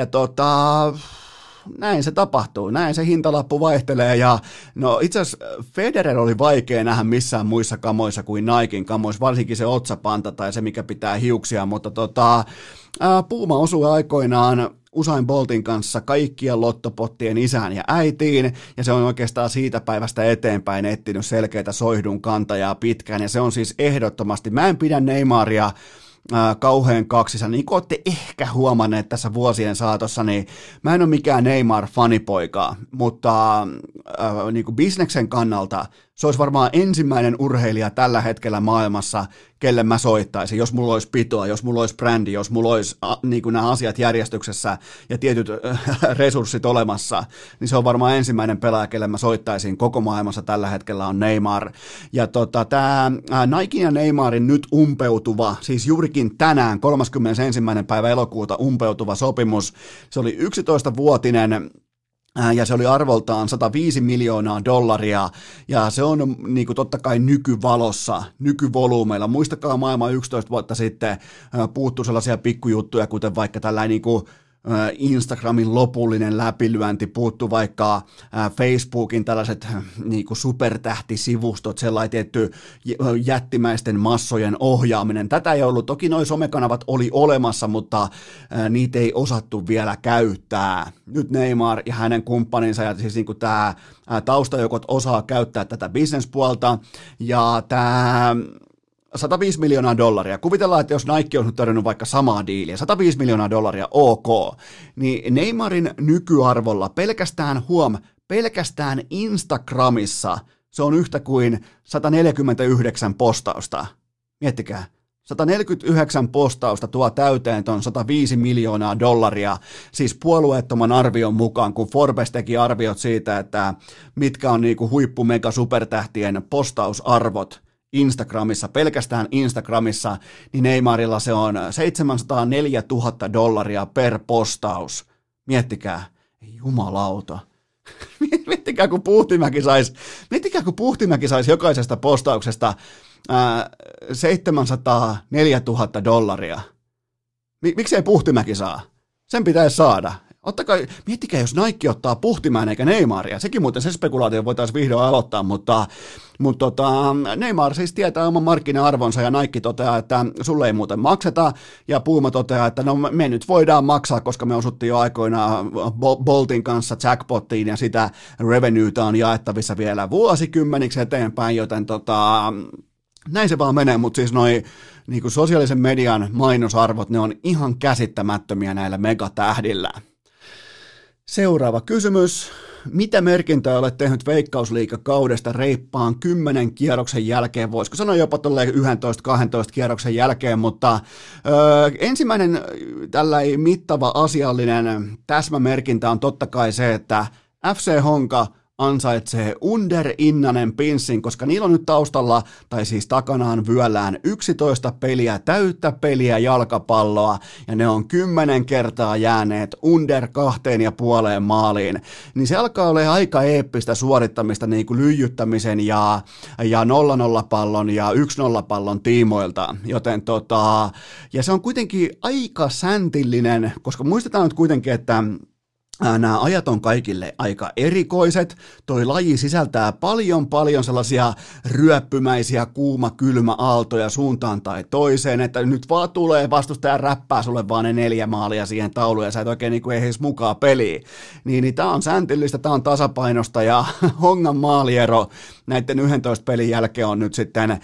näin se tapahtuu, näin se hintalappu vaihtelee ja no itse asiassa Federer oli vaikea nähdä missään muissa kamoissa kuin Niken kamoissa, varsinkin se otsapanta tai se mikä pitää hiuksia, mutta Puma osui aikoinaan Usain Boltin kanssa kaikkien lottopottien isään ja äitiin, ja se on oikeastaan siitä päivästä eteenpäin etsinyt selkeitä soihdun kantajaa pitkään, ja se on siis ehdottomasti, mä en pidä Neymaria kauhean kaksissa, niin kuin olette ehkä huomanneet tässä vuosien saatossa, niin mä en ole mikään Neymar-fanipoika, mutta niin kuin bisneksen kannalta se olisi varmaan ensimmäinen urheilija tällä hetkellä maailmassa, kelle mä soittaisin, jos mulla olisi pitoa, jos mulla olisi brändi, jos mulla olisi niin kuin nämä asiat järjestyksessä ja tietyt resurssit olemassa, niin se on varmaan ensimmäinen pelaaja, kelle mä soittaisin koko maailmassa tällä hetkellä on Neymar. Ja tämä Niken ja Neymarin nyt umpeutuva, siis juurikin tänään 31. päivä elokuuta umpeutuva sopimus, se oli 11-vuotinen, ja se oli arvoltaan $105 miljoonaa, ja se on niin kuin totta kai nykyvalossa, nykyvolyymeilla. Muistakaa maailma 11 vuotta sitten puuttui sellaisia pikkujuttuja, kuten vaikka tällainen niin kuin Instagramin lopullinen läpilyönti, puuttu vaikka Facebookin tällaiset niin kuin supertähtisivustot, sellainen tietty jättimäisten massojen ohjaaminen. Tätä ei ollut, toki nuo somekanavat oli olemassa, mutta niitä ei osattu vielä käyttää. Nyt Neymar ja hänen kumppaninsa ja siis niin kuin tämä taustajoukot osaa käyttää tätä bisnespuolta ja tämä $105 miljoonaa. Kuvitellaan, että jos Nike on nyt tarjonnut vaikka samaa diiliä, $105 miljoonaa, ok, niin Neymarin nykyarvolla pelkästään pelkästään Instagramissa se on yhtä kuin 149 postausta. Miettikää. 149 postausta tuo täyteen ton $105 miljoonaa, siis puolueettoman arvion mukaan, kun Forbes teki arviot siitä, että mitkä on niinku huippu mega supertähtien postausarvot Instagramissa, pelkästään Instagramissa, niin Neymarilla se on $704 000 per postaus. Miettikää, jumalauta. Miettikää, kun Puhtimäki saisi jokaisesta postauksesta $704 000. Miksei Puhtimäki saa? Sen pitäisi saada. Miettikää, jos Nike ottaa Puhtimäen eikä Neymaria. Sekin muuten se spekulaatio voitaisiin vihdoin aloittaa, mutta Neymar siis tietää oman markkina-arvonsa ja Nike toteaa, että sulle ei muuten makseta ja Puma toteaa, että no me nyt voidaan maksaa, koska me osuttiin jo aikoinaan Boltin kanssa jackpottiin ja sitä revenueta on jaettavissa vielä vuosikymmeniksi eteenpäin, joten näin se vaan menee, mutta siis noi niin sosiaalisen median mainosarvot, ne on ihan käsittämättömiä näillä megatähdillä. Seuraava kysymys. Mitä merkintää olet tehnyt Veikkausliigakaudesta reippaan 10 kierroksen jälkeen? Voisiko sanoa jopa 11-12 kierroksen jälkeen, mutta ensimmäinen tällainen mittava asiallinen täsmämerkintä on totta kai se, että FC Honka ansaitsee Innanen pinssin, koska niillä on nyt taustalla, tai siis takanaan vyöllään 11 peliä, täyttä peliä jalkapalloa, ja ne on 10 kertaa jääneet under 2,5 maaliin. Niin se alkaa olla aika eeppistä suorittamista niin kuin lyijyttämisen ja 0-0 pallon ja 1-0 pallon tiimoilta, joten ja se on kuitenkin aika säntillinen, koska muistetaan nyt kuitenkin, että nämä ajat on kaikille aika erikoiset. Toi laji sisältää paljon sellaisia ryöppymäisiä kylmä aaltoja suuntaan tai toiseen, että nyt vaan tulee vastustaja räppää sulle vaan ne 4 maalia siihen tauluun ja sä et oikein niin kuin ehis mukaan peliin. Niin tää on säntillistä, tää on tasapainosta ja Hongan maaliero näiden 11 pelin jälkeen on nyt sitten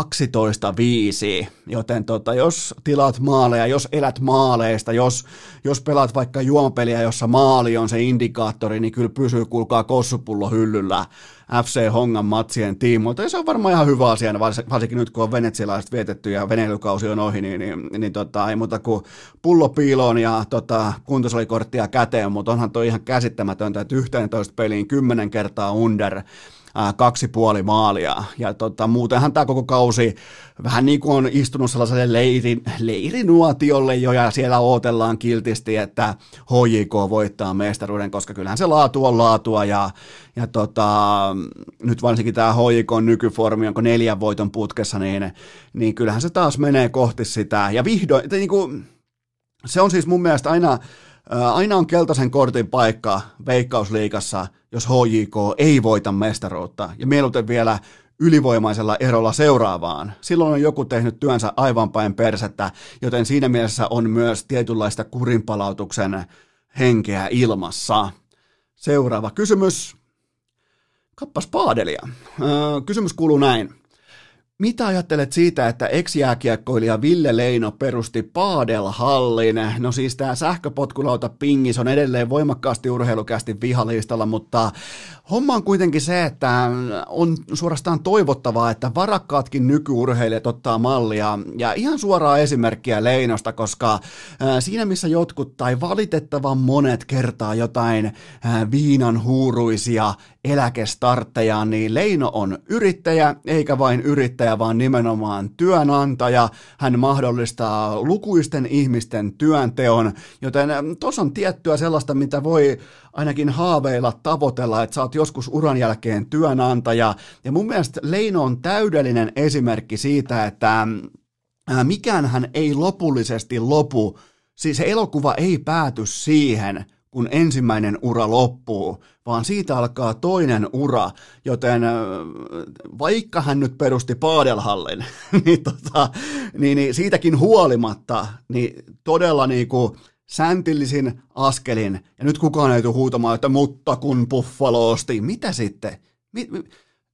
12-5, joten jos tilaat maaleja, jos elät maaleista, jos pelaat vaikka juomapeliä, jossa maali on se indikaattori, niin kyllä pysyy, kuulkaa, kossupullo hyllyllä FC Hongan matsien tiimoilta, ja se on varmaan ihan hyvä asia, varsinkin nyt kun on venetsialaiset vietetty ja veneilykausi on ohi, niin ei muuta kuin pullo piiloon ja kuntosalikorttia käteen, mutta onhan toi ihan käsittämätöntä, että 11 peliin 10 kertaa under 2,5 maalia, ja muutenhan tämä koko kausi vähän niin kuin on istunut sellaiselle leirinuotiolle jo, ja siellä odotellaan kiltisti, että HJK voittaa mestaruuden, koska kyllähän se laatu on laatua, ja nyt varsinkin tämä HJK nykyformi, onko 4 voiton putkessa, niin kyllähän se taas menee kohti sitä, ja vihdoin, niin kuin, se on siis mun mielestä aina on keltaisen kortin paikka Veikkausliigassa, jos HJK ei voita mestaruutta, ja mieluiten vielä ylivoimaisella erolla seuraavaan. Silloin on joku tehnyt työnsä aivan päin persettä, joten siinä mielessä on myös tietynlaista kurinpalautuksen henkeä ilmassa. Seuraava kysymys. Kappas paadelia. Kysymys kuuluu näin. Mitä ajattelet siitä, että ex-jääkiekkoilija Ville Leino perusti paadelhallin? No siis tämä sähköpotkulauta pingis on edelleen voimakkaasti urheilukästi vihalistalla, mutta homma on kuitenkin se, että on suorastaan toivottavaa, että varakkaatkin nykyurheilijat ottaa mallia ja ihan suoraa esimerkkiä Leinosta, koska siinä missä jotkut tai valitettavan monet kertaa jotain viinan huuruisia eläkestartteja, niin Leino on yrittäjä, eikä vain yrittäjä, vaan nimenomaan työnantaja. Hän mahdollistaa lukuisten ihmisten työnteon, joten tuossa on tiettyä sellaista, mitä voi ainakin haaveilla, tavoitella, että sä oot joskus uran jälkeen työnantaja. Ja mun mielestä Leino on täydellinen esimerkki siitä, että mikään hän ei lopullisesti lopu. Siis se elokuva ei pääty siihen, kun ensimmäinen ura loppuu, vaan siitä alkaa toinen ura, joten vaikka hän nyt perusti paadelhallin, niin siitäkin huolimatta, niin todella niinku säntillisin askelin, ja nyt kukaan ei tule huutamaan, että mutta kun Buffalo osti, mitä sitten?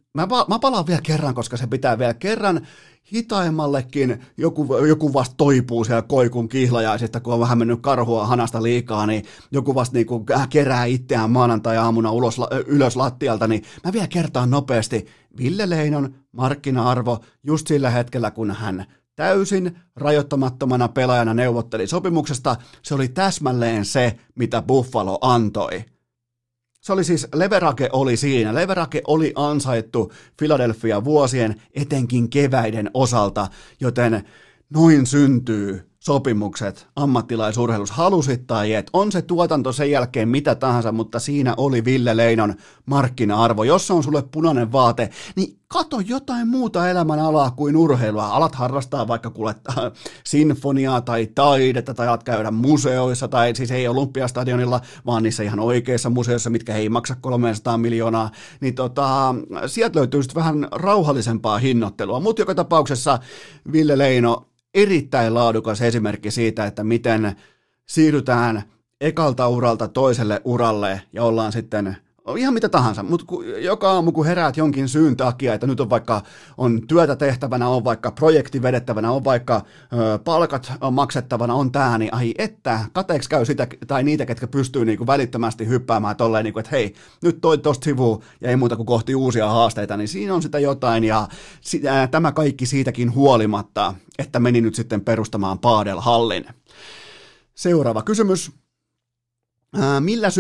Mä palaan vielä kerran, koska se pitää vielä kerran hitaimmallekin, joku vasta toipuu siellä koikun kihlajaisista, kun on vähän mennyt karhua hanasta liikaa, niin joku vasta niin kuin kerää itseään maanantai-aamuna ylös lattialta, niin mä vielä kertaan nopeasti Ville Leinon markkina-arvo just sillä hetkellä, kun hän täysin rajoittamattomana pelaajana neuvotteli sopimuksesta, se oli täsmälleen se, mitä Buffalo antoi. Se oli siis, leverage oli siinä. Leverage oli ansaittu Philadelphia vuosien, etenkin keväiden osalta, joten noin syntyy sopimukset ammattilaisurheilussa, halusit tai et. On se tuotanto sen jälkeen mitä tahansa, mutta siinä oli Ville Leinon markkina-arvo. Jos se on sulle punainen vaate, niin kato jotain muuta elämänalaa kuin urheilua. Alat harrastaa vaikka kuule sinfoniaa tai taidetta, tai alat käydä museoissa, tai siis ei Olympiastadionilla, vaan niissä ihan oikeissa museoissa, mitkä ei maksa 300 miljoonaa, niin sieltä löytyy sitten vähän rauhallisempaa hinnoittelua. Mutta joka tapauksessa Ville Leino, erittäin laadukas esimerkki siitä, että miten siirrytään ekalta uralta toiselle uralle ja ollaan sitten ihan mitä tahansa, mutta joka aamu kun heräät jonkin syyn takia, että nyt on työtä tehtävänä, on vaikka projekti vedettävänä, on vaikka palkat maksettavana, on tää, niin ai että, kateeksi käy sitä tai niitä, ketkä pystyy niinku välittömästi hyppäämään tolleen, niinku, että hei, nyt toi tosta sivuun ja ei muuta kuin kohti uusia haasteita, niin siinä on sitä jotain ja tämä kaikki siitäkin huolimatta, että meni nyt sitten perustamaan Padel-hallin. Seuraava kysymys. Millä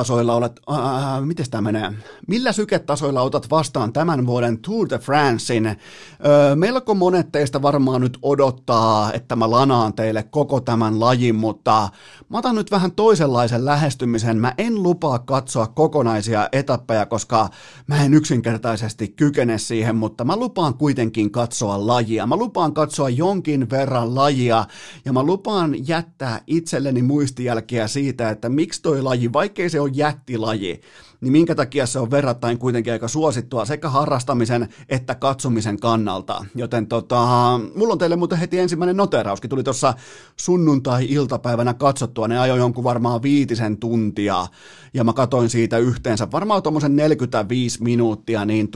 syketasoilla otat vastaan tämän vuoden Tour de Francein? Melko monet teistä varmaan nyt odottaa, että mä lanaan teille koko tämän lajin, mutta mä otan nyt vähän toisenlaisen lähestymisen. Mä en lupaa katsoa kokonaisia etappeja, koska mä en yksinkertaisesti kykene siihen, mutta mä lupaan kuitenkin katsoa lajia. Mä lupaan katsoa jonkin verran lajia ja mä lupaan jättää itselleni muistijälkeä siitä, että miksi toi laji, vaikkei se ole jättilaji, niin minkä takia se on verrattain kuitenkin aika suosittua sekä harrastamisen että katsomisen kannalta. Joten mulla on teille muuten heti ensimmäinen noterauskin. Tuli tuossa sunnuntai-iltapäivänä katsottua, ne ajoi jonkun varmaan 5 tuntia, ja mä katoin siitä yhteensä varmaan tuommoisen 45 minuuttia, niin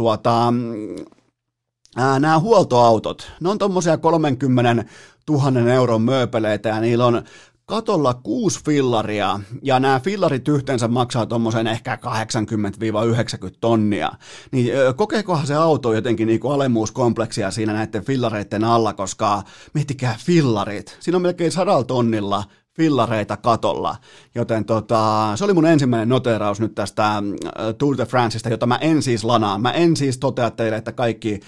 nämä huoltoautot, ne on tommosia 30 000 euron mööpeleitä, ja niillä on katolla 6 fillaria, ja nämä fillarit yhteensä maksaa tuommoisen ehkä 80-90 tonnia. Niin kokeekohan se auto jotenkin niinku alemmuuskompleksia siinä näiden fillareiden alla, koska miettikää fillarit, siinä on melkein 100 tonnilla fillareita katolla, joten se oli mun ensimmäinen noteraus nyt tästä Tour de Franceista, jota mä en siis lanaa. Mä en siis totea teille, että kaikki,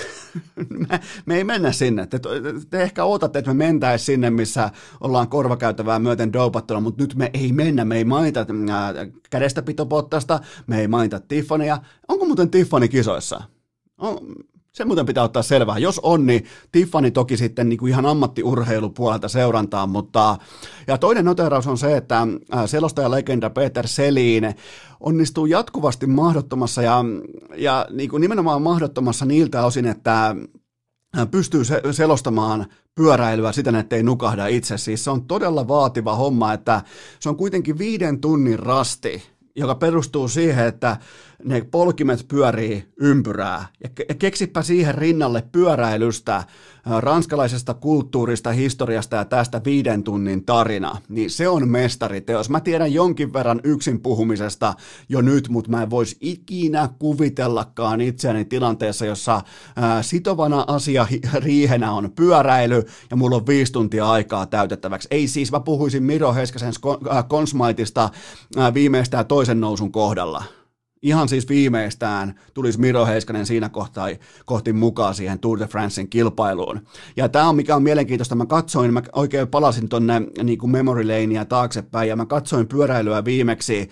me ei mennä sinne. Te ehkä ootatte, että me mentäisiin sinne, missä ollaan korvakäytävää myöten dopattuna, mutta nyt me ei mennä, me ei mainita kädestäpitopottasta, me ei mainita Tiffanyä. Onko muuten Tiffany kisoissa? Se muuten pitää ottaa selvää. Jos on, niin Tiffany toki sitten niin kuin ihan ammattiurheilupuolelta seurantaan, mutta ja toinen noteraus on se, että selostajalegenda Peter Selin onnistuu jatkuvasti mahdottomassa ja niin kuin nimenomaan mahdottomassa niiltä osin, että pystyy selostamaan pyöräilyä siten, ettei nukahda itse. Siis se on todella vaativa homma, että se on kuitenkin 5 tunnin rasti, joka perustuu siihen, että ne polkimet pyörii ympyrää. Ja keksipä siihen rinnalle pyöräilystä, ranskalaisesta kulttuurista, historiasta ja tästä 5 tunnin tarina. Niin se on mestariteos. Mä tiedän jonkin verran yksin puhumisesta jo nyt, mutta mä en voisi ikinä kuvitellakaan itseäni tilanteessa, jossa sitovana asia riihenä on pyöräily ja mulla on 5 tuntia aikaa täytettäväksi. Ei siis, mä puhuisin Miro Heiskasen Consmiteista viimeistään toisen nousun kohdalla. Ihan siis viimeistään tulisi Miro Heiskanen siinä kohti mukaan siihen Tour de Francein kilpailuun. Ja tämä on mikä on mielenkiintoista, mä oikein palasin tonne niin kuin memory lanea taaksepäin, ja mä katsoin pyöräilyä viimeksi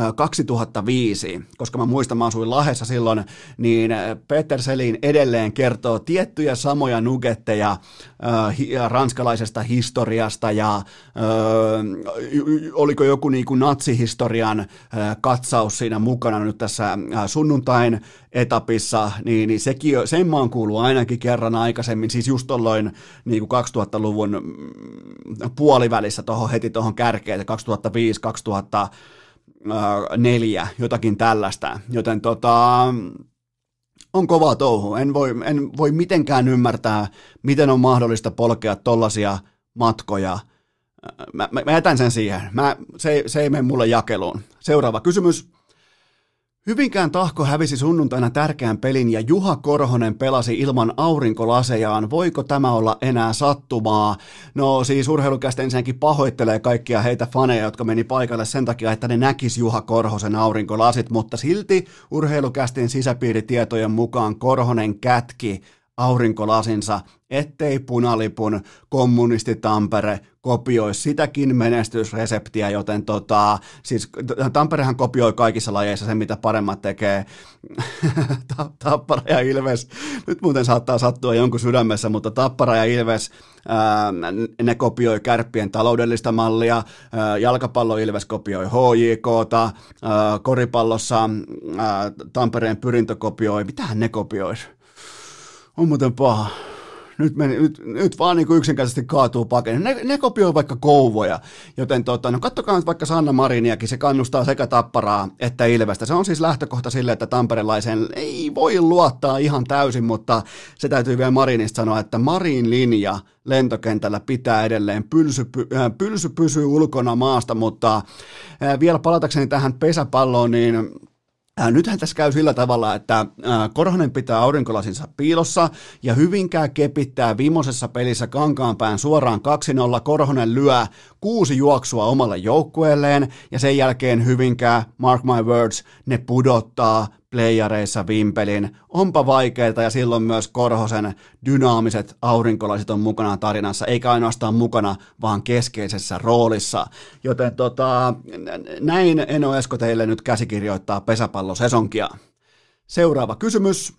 2005, koska mä muistan, mä asuin Lahdessa silloin, niin Peter Selin edelleen kertoo tiettyjä samoja nuggetteja ranskalaisesta historiasta, ja oliko joku niin kuin natsihistorian katsaus siinä mukana nyt tässä sunnuntain etapissa, niin sen mä oon kuullut ainakin kerran aikaisemmin, siis just tolloin niin kuin 2000-luvun puolivälissä heti tuohon kärkeen, 2005-2004, jotakin tällaista, joten On kovaa touhu. En voi mitenkään ymmärtää, miten on mahdollista polkea tollaisia matkoja. Mä jätän sen siihen. Se ei mene mulle jakeluun. Seuraava kysymys. Hyvinkään Tahko hävisi sunnuntaina tärkeän pelin ja Juha Korhonen pelasi ilman aurinkolasejaan. Voiko tämä olla enää sattumaa? No siis Urheilukästä ensinnäkin pahoittelee kaikkia heitä faneja, jotka meni paikalle sen takia, että ne näkis Juha Korhosen aurinkolasit, mutta silti Urheilukästin sisäpiiritietojen mukaan Korhonen kätki aurinkolasinsa, ettei Punalipun kommunisti Tampere kopioi sitäkin menestysreseptiä, joten siis Tamperehan kopioi kaikissa lajeissa sen, mitä paremmat tekee. Tappara ja Ilves, nyt muuten saattaa sattua jonkun sydämessä, mutta Tappara ja Ilves, ne kopioi Kärppien taloudellista mallia, jalkapallo Ilves kopioi HJKta, koripallossa Tampereen Pyrintö kopioi, mitähän ne kopioisi? On muuten paha. Nyt vaan niin kuin yksinkertaisesti kaatuu pakeni. Ne kopioi vaikka Kouvoja, joten no katsokaa nyt vaikka Sanna Mariniakin, se kannustaa sekä Tapparaa että Ilvestä. Se on siis lähtökohta sille, että tamperelaisen ei voi luottaa ihan täysin, mutta se täytyy vielä Marinista sanoa, että Marin linja lentokentällä pitää edelleen, pylsy pysyy ulkona maasta, mutta vielä palatakseni tähän pesäpalloon, niin nythän tässä käy sillä tavalla, että Korhonen pitää aurinkolasinsa piilossa ja Hyvinkää kepittää viimeisessä pelissä Kankaanpään suoraan 2-0. Korhonen lyö 6 juoksua omalle joukkueelleen ja sen jälkeen Hyvinkää, mark my words, ne pudottaa playareissa vimpelin. Onpa vaikeaa ja silloin myös Korhosen dynaamiset aurinkolasit on mukana tarinassa, eikä ainoastaan mukana, vaan keskeisessä roolissa. Joten näin Eno Esko teille nyt käsikirjoittaa pesäpallosesonkia. Seuraava kysymys.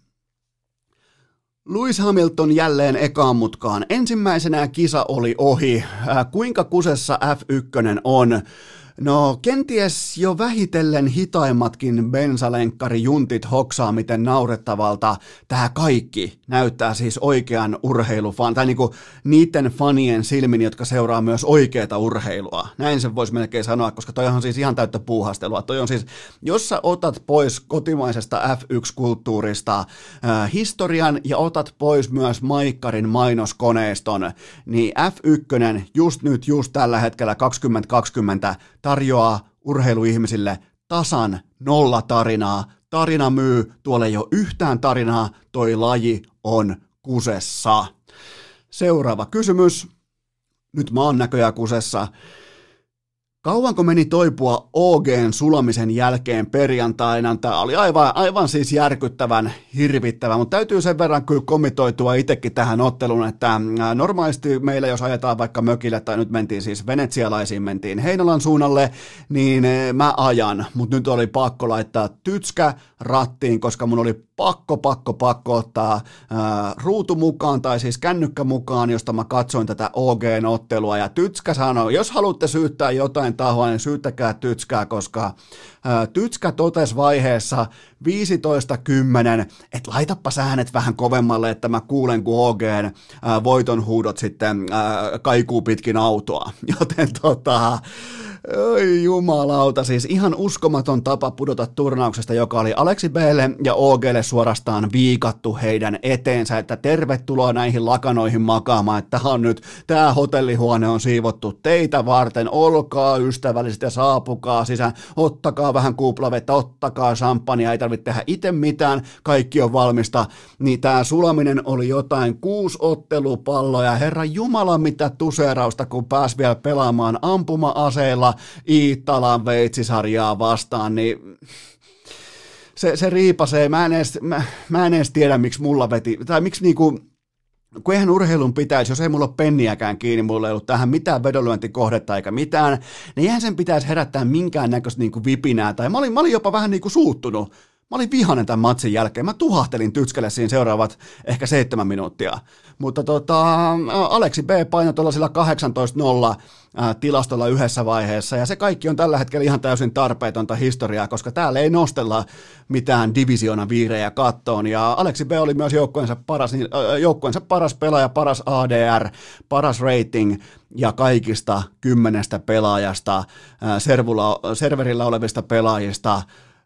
Lewis Hamilton jälleen ekaan mutkaan. Ensimmäisenä kisa oli ohi. Kuinka kusessa F1 on? No kenties jo vähitellen hitaimmatkin bensalenkkarijuntit hoksaa, miten naurettavalta tämä kaikki näyttää siis oikean urheilufan, tai niinku niiden fanien silmin, jotka seuraa myös oikeata urheilua. Näin se voisi melkein sanoa, koska toi on siis ihan täyttä puuhastelua. Toi on siis, jos sä otat pois kotimaisesta F1-kulttuurista historian ja otat pois myös Maikkarin mainoskoneiston, niin F1 just tällä hetkellä 2020 tarjoaa urheiluihmisille tasan 0 tarinaa. Tarina myy, tuolla ei ole yhtään tarinaa, toi laji on kusessa. Seuraava kysymys. Nyt mä oon näköjään kusessa. Kauanko meni toipua OG:n sulamisen jälkeen perjantaina? Tämä oli aivan siis järkyttävän hirvittävä, mutta täytyy sen verran kyllä komitoitua itsekin tähän otteluun, että normaalisti meillä jos ajetaan vaikka mökille, tai nyt mentiin siis venetsialaisiin, mentiin Heinolan suunnalle, niin mä ajan, mutta nyt oli pakko laittaa tytskä rattiin, koska mun oli pakko ottaa ruutu mukaan, tai siis kännykkä mukaan, josta mä katsoin tätä OG:n ottelua, ja tytskä sanoi, jos haluatte syyttää jotain tahoa, niin syyttäkää tytskää, koska tytskä totesi vaiheessa 15:10, että laitappa äänet vähän kovemmalle, että mä kuulen, kun OG:n voiton huudot sitten kaikuu pitkin autoa, joten oi jumalauta, siis ihan uskomaton tapa pudota turnauksesta, joka oli Aleksi B:lle ja OG:lle suorastaan viikattu heidän eteensä, että tervetuloa näihin lakanoihin makaamaan, että tämä hotellihuone on siivottu teitä varten, olkaa ystävälliset ja saapukaa sisään, ottakaa vähän kuplavettä, ottakaa champagnea, ei tarvitse tehdä itse mitään, kaikki on valmista, niin tämä sulaminen oli jotain 6 ottelupalloja, herra jumala mitä tuseerausta, kun pääsi vielä pelaamaan ampuma-aseilla Iittalan veitsisarjaa vastaan, niin se riipasee, mä en edes tiedä miksi mulla veti, tai miksi niinku, kun eihän urheilun pitäisi, jos ei mulla ole penniäkään kiinni, mulla ei ollut tähän mitään vedonlyöntikohdetta eikä mitään, niin eihän sen pitäisi herättää minkäännäköistä niinku vipinää, tai mä olin jopa vähän niinku suuttunut. Mä olin vihainen tämän matsin jälkeen. Mä tuhahtelin tytskälle siinä seuraavat ehkä 7 minuuttia. Mutta Aleksi B painoi tuollaisilla 18-0 tilastolla yhdessä vaiheessa. Ja se kaikki on tällä hetkellä ihan täysin tarpeetonta historiaa, koska täällä ei nostella mitään divisioona viirejä kattoon. Ja Aleksi B oli myös joukkueensa paras pelaaja, paras ADR, paras rating ja kaikista 10 pelaajasta, serverillä olevista pelaajista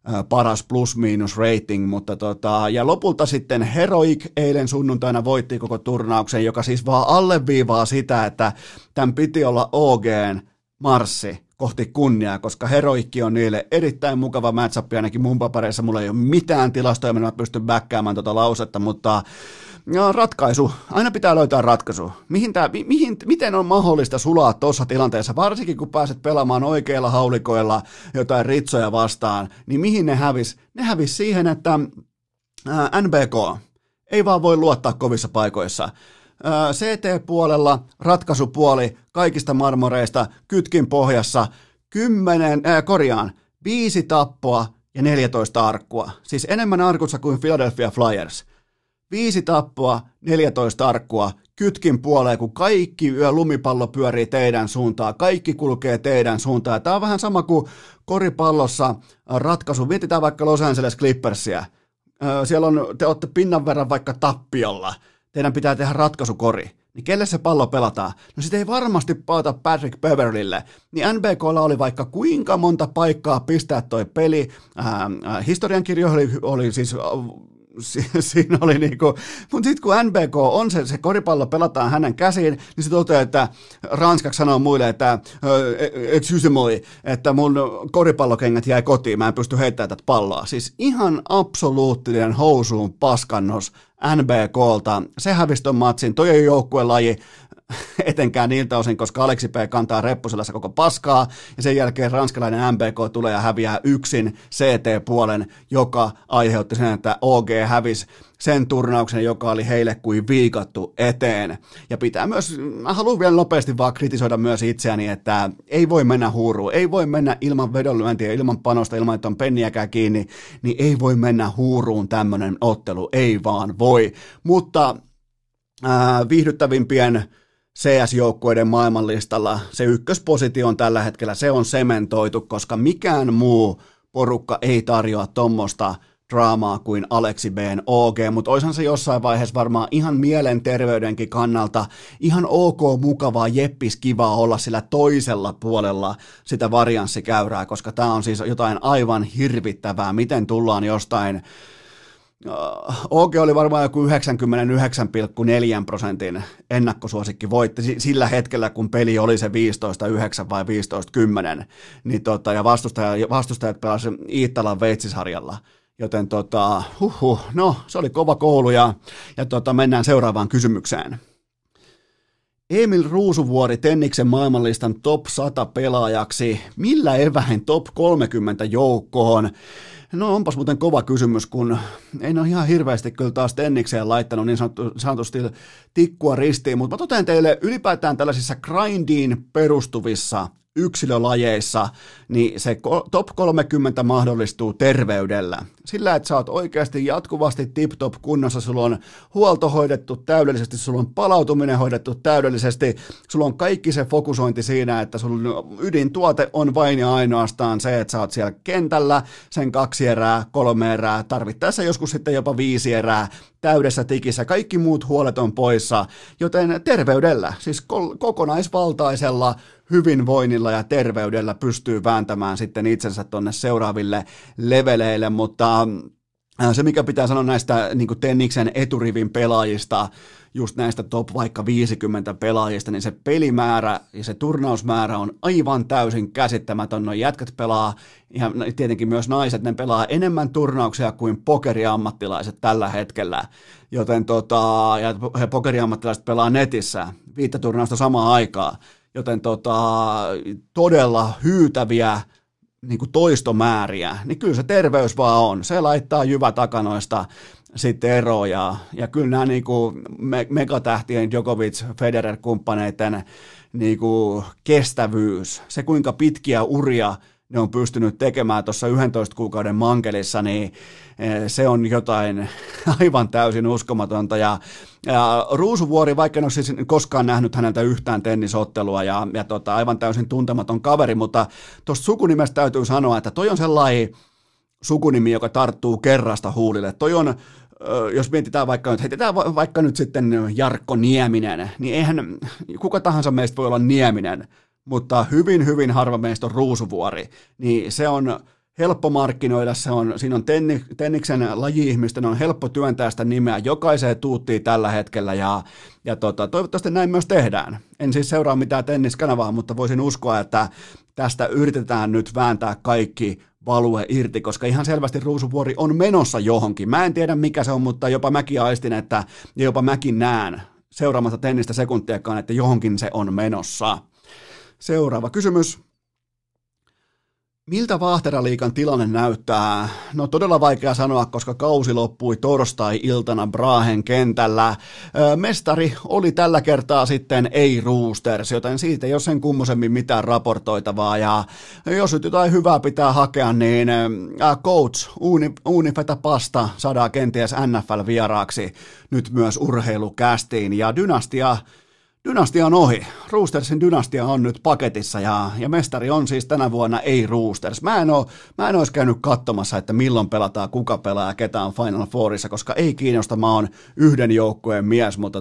paras plus-miinus rating, mutta ja lopulta sitten Heroic eilen sunnuntaina voitti koko turnauksen, joka siis vaan alleviivaa sitä, että tämän piti olla OGn marssi kohti kunniaa, koska Heroikki on niille erittäin mukava matchup, ainakin mun papereissa mulla ei ole mitään tilastoja, mä pystyn backkaamaan lausetta, mutta ratkaisu, aina pitää löytää ratkaisu. Miten on mahdollista sulaa tuossa tilanteessa, varsinkin kun pääset pelaamaan oikeilla haulikoilla jotain ritsoja vastaan, niin mihin ne hävis? Ne hävis siihen, että NBK ei vaan voi luottaa kovissa paikoissa. CT-puolella ratkaisupuoli kaikista marmoreista kytkin pohjassa 5 tappoa ja 14 arkkua. Siis enemmän arkussa kuin Philadelphia Flyers. 5 tappoa, 14 arkkua, kytkin puoleen, kun kaikki lumipallo pyörii teidän suuntaan, kaikki kulkee teidän suuntaan. Tämä on vähän sama kuin koripallossa ratkaisu. Mietitään vaikka Los Angeles Clippersia. Siellä te olette pinnan verran vaikka tappiolla. Teidän pitää tehdä ratkaisukori. Niin kelle se pallo pelataan? No sitä ei varmasti palata Patrick Beverlylle. Niin NBKlla oli vaikka kuinka monta paikkaa pistää toi peli. Historiankirjoihin oli siis siinä oli niinku, mutta sitten kun NBK on se koripallo pelataan hänen käsiin, niin se toteaa, että ranskaksi sanoo muille, että excusez-moi, että mun koripallokengät jäi kotiin, mä en pysty heittämään tätä palloa. Siis ihan absoluuttinen housuun paskannos NBKlta. Se hävisi ton matsin, toi ei joukkueen laji, etenkään niiltä osin, koska Aleksi P. kantaa reppuselässä koko paskaa, ja sen jälkeen ranskalainen MBK tulee ja häviää yksin CT-puolen, joka aiheutti sen, että OG hävisi sen turnauksen, joka oli heille kuin viikattu eteen. Ja pitää myös, mä haluan vielä nopeasti vaan kritisoida myös itseäni, että ei voi mennä huuruun, ei voi mennä ilman vedonlyöntiä, ilman panosta, ilman että on penniäkään kiinni, niin ei voi mennä huuruun tämmöinen ottelu, ei vaan voi. Mutta viihdyttävimpien CS-joukkueiden maailmanlistalla se ykköspositio on tällä hetkellä, se on sementoitu, koska mikään muu porukka ei tarjoa tommoista draamaa kuin Aleksi B:n OG, mutta oishan se jossain vaiheessa varmaan ihan mielenterveydenkin kannalta ihan ok, mukavaa, jeppis, kivaa olla sillä toisella puolella sitä varianssikäyrää, koska tämä on siis jotain aivan hirvittävää, miten tullaan jostain. OG oli varmaan joku 99,4% ennakkosuosikki voitti sillä hetkellä, kun peli oli se 15-9 vai 15-10, niin ja vastustajat pelasivat Iittalan Veitsisharjalla, joten no se oli kova koulu ja mennään seuraavaan kysymykseen. Emil Ruusuvuori Tenniksen maailmanlistan top 100 pelaajaksi, millä eväin top 30 joukkoon? No onpas muuten kova kysymys, kun en ole ihan hirveästi kyllä taas Tennikseen laittanut niin sanotusti tikkua ristiin, mutta mä totean teille ylipäätään tällaisissa grindiin perustuvissa yksilölajeissa, niin se top 30 mahdollistuu terveydellä. Sillä, että sä oot oikeasti jatkuvasti tip-top kunnossa, sulla on huolto hoidettu täydellisesti, sulla on palautuminen hoidettu täydellisesti, sulla on kaikki se fokusointi siinä, että sun ydintuote on vain ja ainoastaan se, että sä oot siellä kentällä, sen 2 erää, 3 erää, tarvittaessa joskus sitten jopa 5 erää, täydessä tikissä, kaikki muut huolet on poissa, joten terveydellä, siis kokonaisvaltaisella hyvinvoinnilla ja terveydellä pystyy vääntämään sitten itsensä tonne seuraaville leveleille, mutta se mikä pitää sanoa näistä niin kuin Tenniksen eturivin pelaajista, just näistä top vaikka 50 pelaajista, niin se pelimäärä ja se turnausmäärä on aivan täysin käsittämätön. No jätkät pelaa, ja tietenkin myös naiset, ne pelaa enemmän turnauksia kuin pokeriammattilaiset tällä hetkellä, joten ja pokeriammattilaiset pelaa netissä 5 turnausta samaan aikaan, joten todella hyytäviä niin kuin toistomääriä, niin kyllä se terveys vaan on. Se laittaa jyvätakanoista sitten eroon, ja kyllä nämä niin kuin megatähtien Djokovic, Federer-kumppaneiden niin kuin kestävyys, se kuinka pitkiä uria ne on pystynyt tekemään tuossa 11 kuukauden mankelissa, niin se on jotain aivan täysin uskomatonta. Ja Ruusuvuori, vaikka en ole siis koskaan nähnyt häneltä yhtään tennisottelua ja aivan täysin tuntematon kaveri, mutta tuosta sukunimestä täytyy sanoa, että toi on sellainen sukunimi, joka tarttuu kerrasta huulille. Toi on, jos mietitään heitetään vaikka nyt sitten Jarkko Nieminen, niin eihän kuka tahansa meistä voi olla Nieminen, mutta hyvin, hyvin harva meistä on Ruusuvuori, niin se on helppo markkinoida, siinä on tenniksen laji-ihmisten on helppo työntää sitä nimeä jokaiseen tuuttiin tällä hetkellä ja toivottavasti näin myös tehdään. En siis seuraa mitään tenniskanavaa, mutta voisin uskoa, että tästä yritetään nyt vääntää kaikki value irti, koska ihan selvästi Ruusuvuori on menossa johonkin. Mä en tiedä mikä se on, mutta jopa mäkin aistin, ja jopa mäkin näen seuraamatta tennistä sekuntiakaan, että johonkin se on menossa. Seuraava kysymys. Miltä Vaahteraliigan tilanne näyttää? No todella vaikea sanoa, koska kausi loppui torstai-iltana Brahen kentällä. Mestari oli tällä kertaa sitten ei Roosters, joten siitä ei ole sen kummosemmin mitään raportoitavaa. Ja jos nyt jotain hyvää pitää hakea, niin coach Uunifetä Pasta saadaan kenties NFL-vieraaksi nyt myös urheilukästiin. Ja Dynastia on ohi. Roostersin dynastia on nyt paketissa ja mestari on siis tänä vuonna ei Roosters. Mä en olisi käynyt katsomassa, että milloin pelataan, kuka pelaa ja ketä on Final Fourissa, koska ei kiinnosta, mä oon yhden joukkueen mies, mutta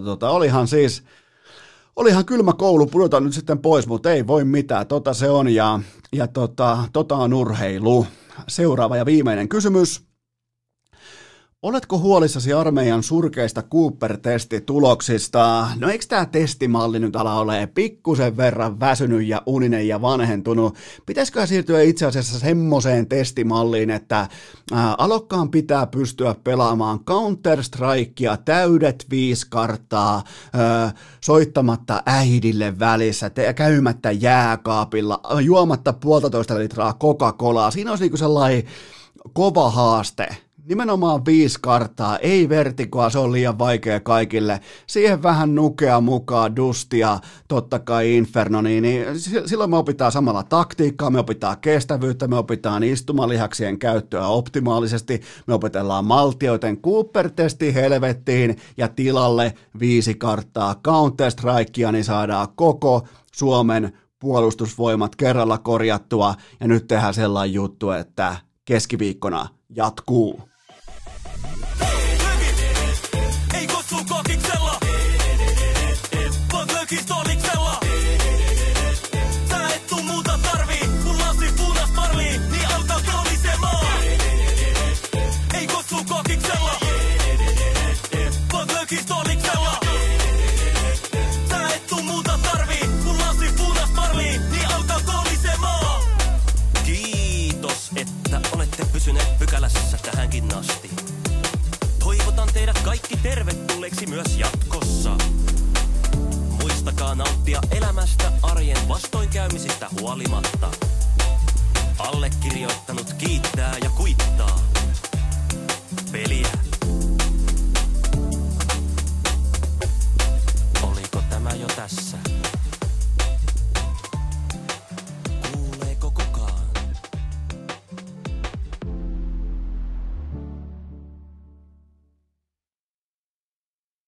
olihan kylmä koulu, pudotaan nyt sitten pois, mutta ei voi mitään, se on ja on urheilu. Seuraava ja viimeinen kysymys. Oletko huolissasi armeijan surkeista Cooper-testituloksista? No eikö tämä testimalli nyt ala ole pikkusen verran väsynyt ja uninen ja vanhentunut? Pitäisiköhän siirtyä itse asiassa semmoiseen testimalliin, että alokkaan pitää pystyä pelaamaan Counter-Strikea täydet 5 karttaa, soittamatta äidille välissä, käymättä jääkaapilla, juomatta 1,5 litraa Coca-Colaa. Siinä olisi niinku sellainen kova haaste. Nimenomaan 5 karttaa, ei vertikoa, se on liian vaikea kaikille. Siihen vähän nukea mukaan, dustia, totta kai Inferno, niin silloin me opitaan samalla taktiikkaa, me opitaan kestävyyttä, me opitaan istumalihaksien käyttöä optimaalisesti, me opetellaan maltioiden Cooper-testi helvettiin ja tilalle 5 karttaa Counter-Strikea, niin saadaan koko Suomen puolustusvoimat kerralla korjattua ja nyt tehdään sellainen juttu, että keskiviikkona jatkuu. Ei kutsu kokiksella, vaan lökistoliksella. Sä et tuu muuta tarvii, kun lasi punas marlii, niin auta kolisemaan. Ei kutsu kokiksella, vaan lökistoliksella. Sä et tuu muuta tarvii, kun lasi punas marlii, niin auta kolisemaan. Kiitos, että olette pysyneet pykälässä tähänkin asti. Toivotan teidät kaikki tervetulleeksi myös jatkossa. Muistakaa nauttia elämästä arjen vastoinkäymisistä huolimatta. Allekirjoittanut kiittää ja kuittaa. Peliä